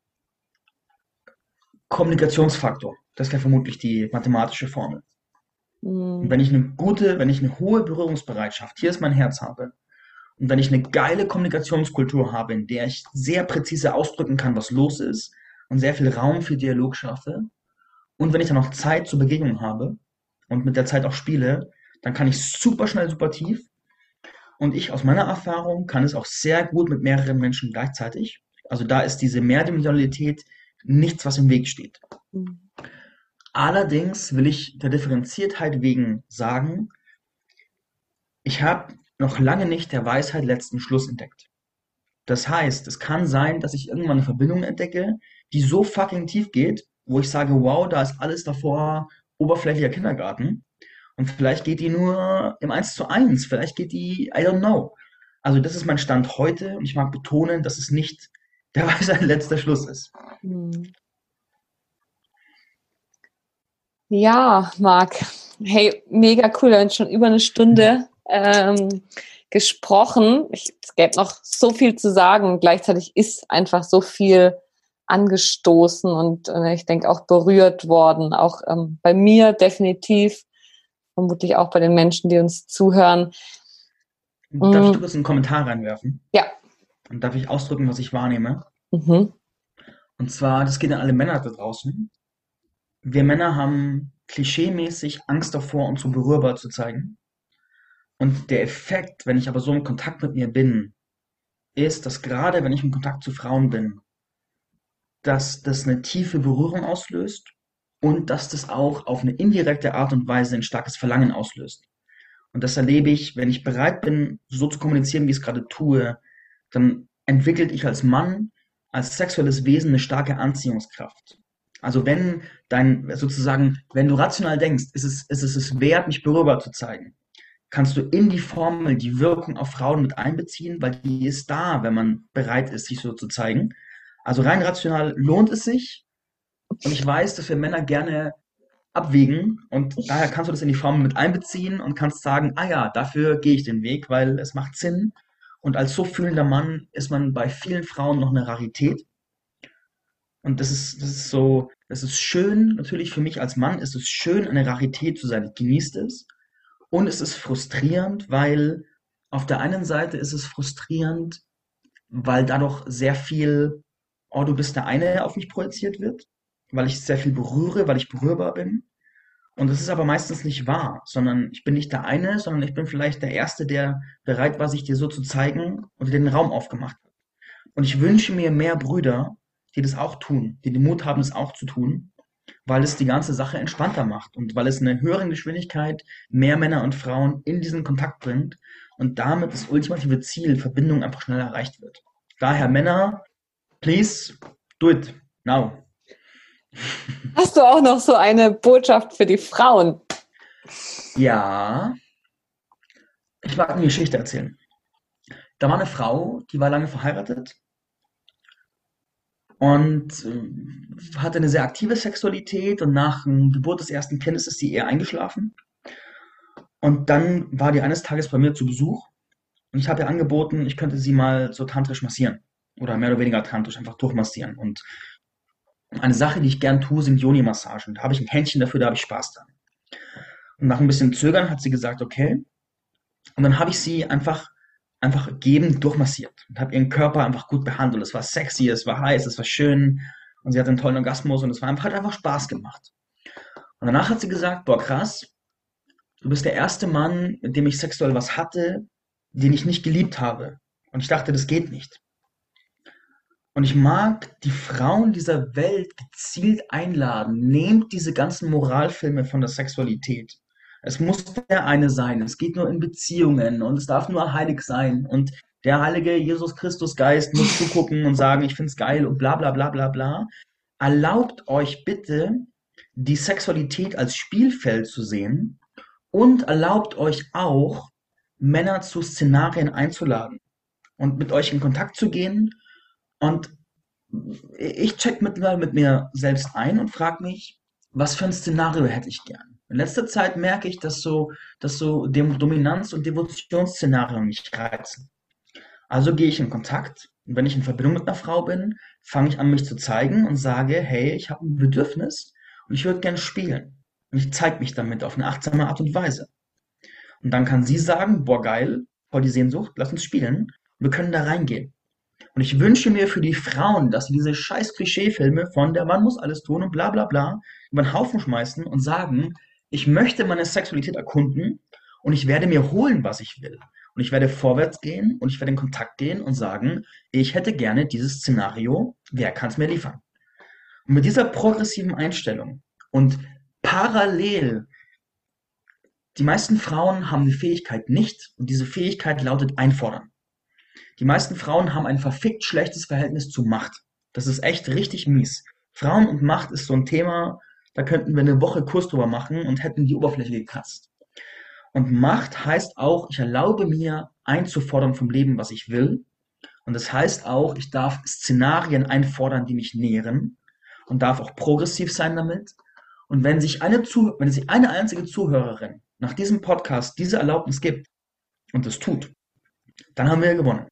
Kommunikationsfaktor. Das wäre vermutlich die mathematische Formel. Und Mhm. wenn ich eine gute, wenn ich eine hohe Berührungsbereitschaft, hier ist mein Herz habe, und wenn ich eine geile Kommunikationskultur habe, in der ich sehr präzise ausdrücken kann, was los ist und sehr viel Raum für Dialog schaffe, und wenn ich dann noch Zeit zur Begegnung habe und mit der Zeit auch spiele, dann kann ich super schnell, super tief. Und ich aus meiner Erfahrung kann es auch sehr gut mit mehreren Menschen gleichzeitig. Also da ist diese Mehrdimensionalität nichts, was im Weg steht. Mhm. Allerdings will ich der Differenziertheit wegen sagen, ich habe noch lange nicht der Weisheit letzten Schluss entdeckt. Das heißt, es kann sein, dass ich irgendwann eine Verbindung entdecke, die so fucking tief geht, wo ich sage, wow, da ist alles davor oberflächlicher Kindergarten. Und vielleicht geht die nur im Eins zu Eins, vielleicht geht die, I don't know. Also das ist mein Stand heute und ich mag betonen, dass es nicht der Weisheit letzter Schluss ist. Mhm. Ja, Marc. Hey, mega cool. Wir haben schon über eine Stunde ähm, gesprochen. Ich, es gäbe noch so viel zu sagen. Gleichzeitig ist einfach so viel angestoßen und äh, ich denke auch berührt worden. Auch ähm, bei mir definitiv, vermutlich auch bei den Menschen, die uns zuhören. Darf ich Mm, kurz einen Kommentar reinwerfen? ja. Und darf ich ausdrücken, was ich wahrnehme? Mhm. Und zwar, das geht an alle Männer da draußen. Wir Männer haben klischeemäßig Angst davor, uns so berührbar zu zeigen. Und der Effekt, wenn ich aber so im Kontakt mit mir bin, ist, dass gerade wenn ich in Kontakt zu Frauen bin, dass das eine tiefe Berührung auslöst und dass das auch auf eine indirekte Art und Weise ein starkes Verlangen auslöst. Und das erlebe ich, wenn ich bereit bin, so zu kommunizieren, wie ich es gerade tue, dann entwickelt ich als Mann, als sexuelles Wesen eine starke Anziehungskraft. Also wenn dein, sozusagen, wenn du rational denkst, ist es, ist es es wert, mich berührbar zu zeigen, kannst du in die Formel die Wirkung auf Frauen mit einbeziehen, weil die ist da, wenn man bereit ist, sich so zu zeigen. Also rein rational lohnt es sich. Und ich weiß, dass wir Männer gerne abwägen und daher kannst du das in die Formel mit einbeziehen und kannst sagen, ah ja, dafür gehe ich den Weg, weil es macht Sinn. Und als so fühlender Mann ist man bei vielen Frauen noch eine Rarität. Und das ist, das ist so, das ist schön, natürlich für mich als Mann ist es schön, eine Rarität zu sein. Ich genieße es. Und es ist frustrierend, weil auf der einen Seite ist es frustrierend, weil dadurch sehr viel, oh, du bist der eine auf mich projiziert wird, weil ich sehr viel berühre, weil ich berührbar bin. Und das ist aber meistens nicht wahr, sondern ich bin nicht der eine, sondern ich bin vielleicht der Erste, der bereit war, sich dir so zu zeigen und dir den Raum aufgemacht hat. Und ich wünsche mir mehr Brüder, die das auch tun, die den Mut haben, es auch zu tun, weil es die ganze Sache entspannter macht und weil es in einer höheren Geschwindigkeit mehr Männer und Frauen in diesen Kontakt bringt und damit das ultimative Ziel, Verbindung, einfach schneller erreicht wird. Daher Männer, please do it now. Hast du auch noch so eine Botschaft für die Frauen? Ja, ich mag eine Geschichte erzählen. Da war eine Frau, die war lange verheiratet und äh, hatte eine sehr aktive Sexualität und nach der Geburt des ersten Kindes ist sie eher eingeschlafen. Und dann war die eines Tages bei mir zu Besuch und ich habe ihr angeboten, ich könnte sie mal so tantrisch massieren oder mehr oder weniger tantrisch einfach durchmassieren. Und eine Sache, die ich gern tue, sind Yoni-Massagen. Da habe ich ein Händchen dafür, da habe ich Spaß dran. Und nach ein bisschen Zögern hat sie gesagt, okay. Und dann habe ich sie einfach, einfach gebend durchmassiert und habe ihren Körper einfach gut behandelt. Es war sexy, es war heiß, es war schön und sie hatte einen tollen Orgasmus und es war einfach, hat einfach Spaß gemacht. Und danach hat sie gesagt, boah krass, du bist der erste Mann, mit dem ich sexuell was hatte, den ich nicht geliebt habe. Und ich dachte, das geht nicht. Und ich mag die Frauen dieser Welt gezielt einladen. Nehmt diese ganzen Moralfilme von der Sexualität. Es muss der eine sein. Es geht nur in Beziehungen und es darf nur heilig sein. Und der heilige Jesus Christus Geist muss zugucken und sagen, ich find's geil und bla bla bla bla bla. Erlaubt euch bitte, die Sexualität als Spielfeld zu sehen und erlaubt euch auch, Männer zu Szenarien einzuladen und mit euch in Kontakt zu gehen. Und ich check mittlerweile mit mir selbst ein und frage mich, was für ein Szenario hätte ich gern? In letzter Zeit merke ich, dass so, dass so Dem Dominanz- und Devotionsszenarien mich reizen. Also gehe ich in Kontakt und wenn ich in Verbindung mit einer Frau bin, fange ich an, mich zu zeigen und sage, hey, ich habe ein Bedürfnis und ich würde gern spielen. Und ich zeige mich damit auf eine achtsame Art und Weise. Und dann kann sie sagen, boah, geil, voll die Sehnsucht, lass uns spielen. Und wir können da reingehen. Und ich wünsche mir für die Frauen, dass sie diese scheiß Klischeefilme von der Mann muss alles tun und bla bla bla über den Haufen schmeißen und sagen, ich möchte meine Sexualität erkunden und ich werde mir holen, was ich will. Und ich werde vorwärts gehen und ich werde in Kontakt gehen und sagen, ich hätte gerne dieses Szenario, wer kann es mir liefern? Und mit dieser progressiven Einstellung und parallel, die meisten Frauen haben die Fähigkeit nicht und diese Fähigkeit lautet einfordern. Die meisten Frauen haben ein verfickt schlechtes Verhältnis zu Macht. Das ist echt richtig mies. Frauen und Macht ist so ein Thema, da könnten wir eine Woche Kurs drüber machen und hätten die Oberfläche gekratzt. Und Macht heißt auch, ich erlaube mir einzufordern vom Leben, was ich will. Und das heißt auch, ich darf Szenarien einfordern, die mich nähren und darf auch progressiv sein damit. Und wenn sich eine, Zuh- wenn sich eine einzige Zuhörerin nach diesem Podcast diese Erlaubnis gibt und das tut, dann haben wir gewonnen.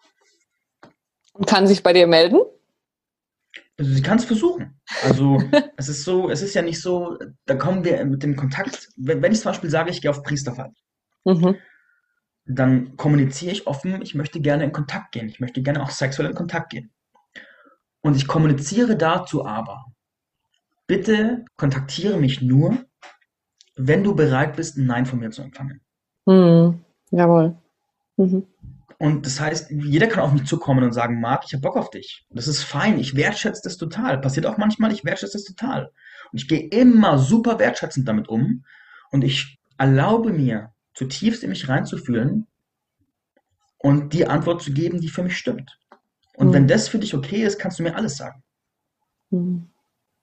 Und kann sich bei dir melden? Also sie kann es versuchen. Also es ist so, es ist ja nicht so, da kommen wir mit dem Kontakt, wenn, wenn ich zum Beispiel sage, ich gehe auf Priesterfahrt, Mhm. dann kommuniziere ich offen, ich möchte gerne in Kontakt gehen, ich möchte gerne auch sexuell in Kontakt gehen. Und ich kommuniziere dazu aber, bitte kontaktiere mich nur, wenn du bereit bist, ein Nein von mir zu empfangen. Mhm. Jawohl. Mhm. Und das heißt, jeder kann auf mich zukommen und sagen, Marc, ich habe Bock auf dich. Das ist fein, ich wertschätze das total. Passiert auch manchmal, ich wertschätze das total. Und ich gehe immer super wertschätzend damit um und ich erlaube mir, zutiefst in mich reinzufühlen und die Antwort zu geben, die für mich stimmt. Und wenn Mhm. das für dich okay ist, kannst du mir alles sagen. Mhm.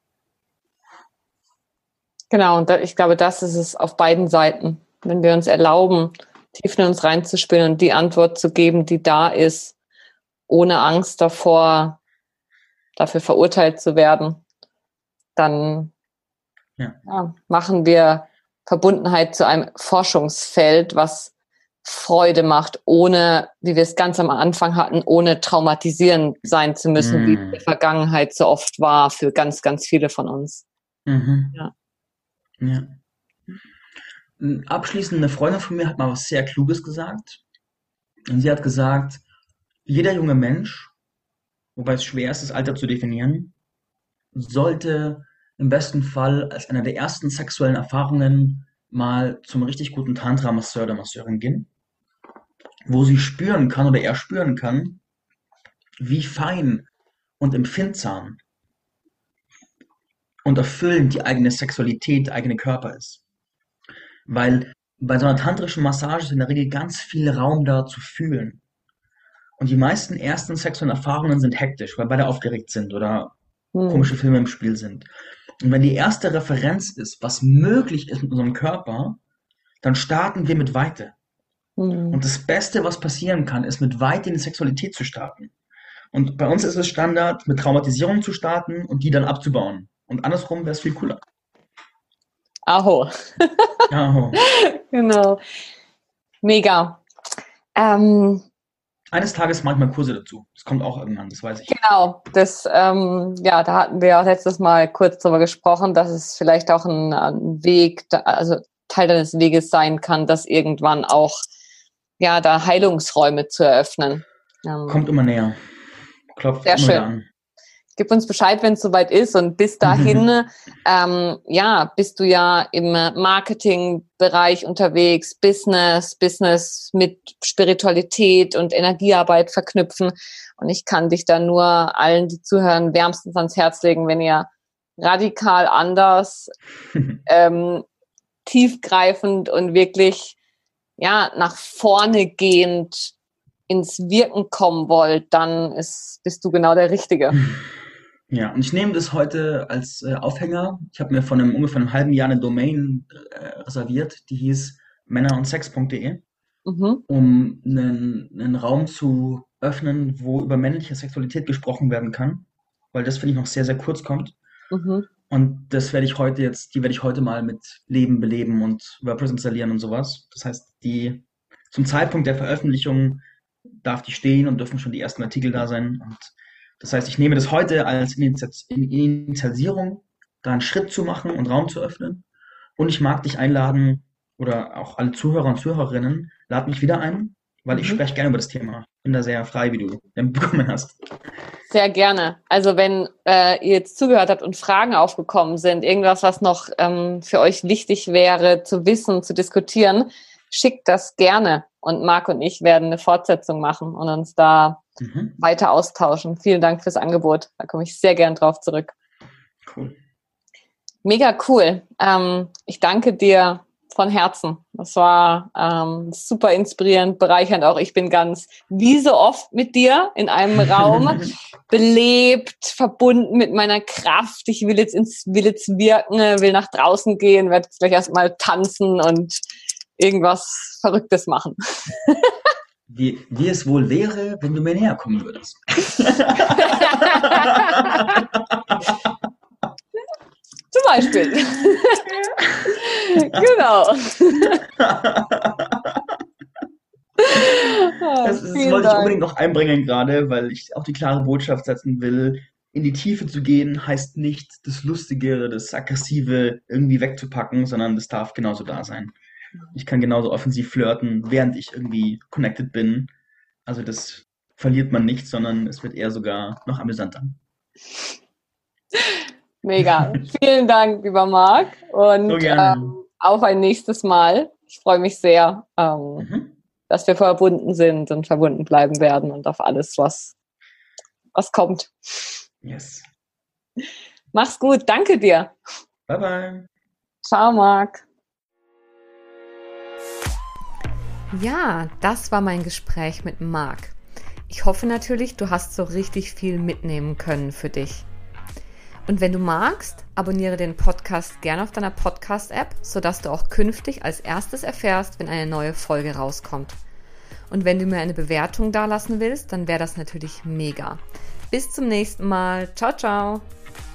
Genau, und da, ich glaube, das ist es auf beiden Seiten. Wenn wir uns erlauben, tief in uns reinzuspüren und die Antwort zu geben, die da ist, ohne Angst davor, dafür verurteilt zu werden, dann Ja. ja, machen wir Verbundenheit zu einem Forschungsfeld, was Freude macht, ohne, wie wir es ganz am Anfang hatten, ohne traumatisierend sein zu müssen, wie es in Mm. der Vergangenheit so oft war für ganz, ganz viele von uns. Mhm. Ja. Ja. Abschließend, eine Freundin von mir hat mal was sehr Kluges gesagt. Und sie hat gesagt, jeder junge Mensch, wobei es schwer ist, das Alter zu definieren, sollte im besten Fall als einer der ersten sexuellen Erfahrungen mal zum richtig guten Tantra-Masseur oder Masseurin gehen, wo sie spüren kann oder er spüren kann, wie fein und empfindsam und erfüllend die eigene Sexualität, der eigene Körper ist. Weil bei so einer tantrischen Massage ist in der Regel ganz viel Raum da zu fühlen. Und die meisten ersten sexuellen Erfahrungen sind hektisch, weil beide aufgeregt sind oder Hm. komische Filme im Spiel sind. Und wenn die erste Referenz ist, was möglich ist mit unserem Körper, dann starten wir mit Weite. Hm. Und das Beste, was passieren kann, ist mit Weite in die Sexualität zu starten. Und bei uns ist es Standard, mit Traumatisierung zu starten und die dann abzubauen. Und andersrum wäre es viel cooler. Aho. Ja, Genau. Mega. Ähm, eines Tages mache ich mal Kurse dazu. Das kommt auch irgendwann, das weiß ich. genau. Das, ähm, ja, da hatten wir auch letztes Mal kurz drüber gesprochen, dass es vielleicht auch ein, ein Weg, also Teil deines Weges sein kann, das irgendwann auch, ja, da Heilungsräume zu eröffnen. Ähm, Kommt immer näher. Klopft sehr immer wieder schön. an. Gib uns Bescheid, wenn es soweit ist. Und bis dahin, ähm, ja, bist du ja im Marketingbereich unterwegs, Business, Business mit Spiritualität und Energiearbeit verknüpfen. Und ich kann dich da nur allen, die zuhören, wärmstens ans Herz legen, wenn ihr radikal anders, ähm, tiefgreifend und wirklich, ja, nach vorne gehend ins Wirken kommen wollt, dann ist, bist du genau der Richtige. Ja, und ich nehme das heute als äh, Aufhänger. Ich habe mir vor einem ungefähr einem halben Jahr eine Domain äh, reserviert, die hieß männerundsex punkt de, Mhm. um einen, einen Raum zu öffnen, wo über männliche Sexualität gesprochen werden kann, weil das finde ich noch sehr, sehr kurz kommt. Mhm. Und das werde ich heute jetzt, die werde ich heute mal mit Leben beleben und WordPress installieren und sowas. Das heißt, die zum Zeitpunkt der Veröffentlichung darf die stehen und dürfen schon die ersten Artikel da sein. Und das heißt, ich nehme das heute als Initiat- Initialisierung, da einen Schritt zu machen und Raum zu öffnen. Und ich mag dich einladen oder auch alle Zuhörer und Zuhörerinnen, lad mich wieder ein, weil ich Mhm. spreche gerne über das Thema. Bin da sehr frei, wie du bekommen hast. Sehr gerne. Also wenn äh, ihr jetzt zugehört habt und Fragen aufgekommen sind, irgendwas, was noch ähm, für euch wichtig wäre zu wissen, zu diskutieren, schickt das gerne. Und Marc und ich werden eine Fortsetzung machen und uns da Mhm. weiter austauschen. Vielen Dank fürs Angebot. Da komme ich sehr gern drauf zurück. Cool. Mega cool. Ähm, ich danke dir von Herzen. Das war ähm, super inspirierend, bereichernd auch. Ich bin ganz, wie so oft mit dir in einem Raum, belebt, verbunden mit meiner Kraft. Ich will jetzt ins, will jetzt wirken, will nach draußen gehen, werde jetzt gleich erstmal tanzen und irgendwas Verrücktes machen. Wie, wie es wohl wäre, wenn du mir näher kommen würdest. Zum Beispiel. Genau. Ah, Das, das vielen wollte ich Dank. unbedingt noch einbringen gerade, weil ich auch die klare Botschaft setzen will. In die Tiefe zu gehen heißt nicht, das Lustige, das Aggressive irgendwie wegzupacken, sondern das darf genauso da sein. Ich kann genauso offensiv flirten, während ich irgendwie connected bin. Also das verliert man nicht, sondern es wird eher sogar noch amüsanter. Mega. Vielen Dank, lieber Marc. So Und gerne. ähm, auf ein nächstes Mal. Ich freue mich sehr, ähm, Mhm. dass wir verbunden sind und verbunden bleiben werden und auf alles, was, was kommt. Yes. Mach's gut. Danke dir. Bye bye. Ciao, Marc. Ja, das war mein Gespräch mit Marc. Ich hoffe natürlich, du hast so richtig viel mitnehmen können für dich. Und wenn du magst, abonniere den Podcast gerne auf deiner Podcast-App, sodass du auch künftig als erstes erfährst, wenn eine neue Folge rauskommt. Und wenn du mir eine Bewertung dalassen willst, dann wäre das natürlich mega. Bis zum nächsten Mal. Ciao, ciao.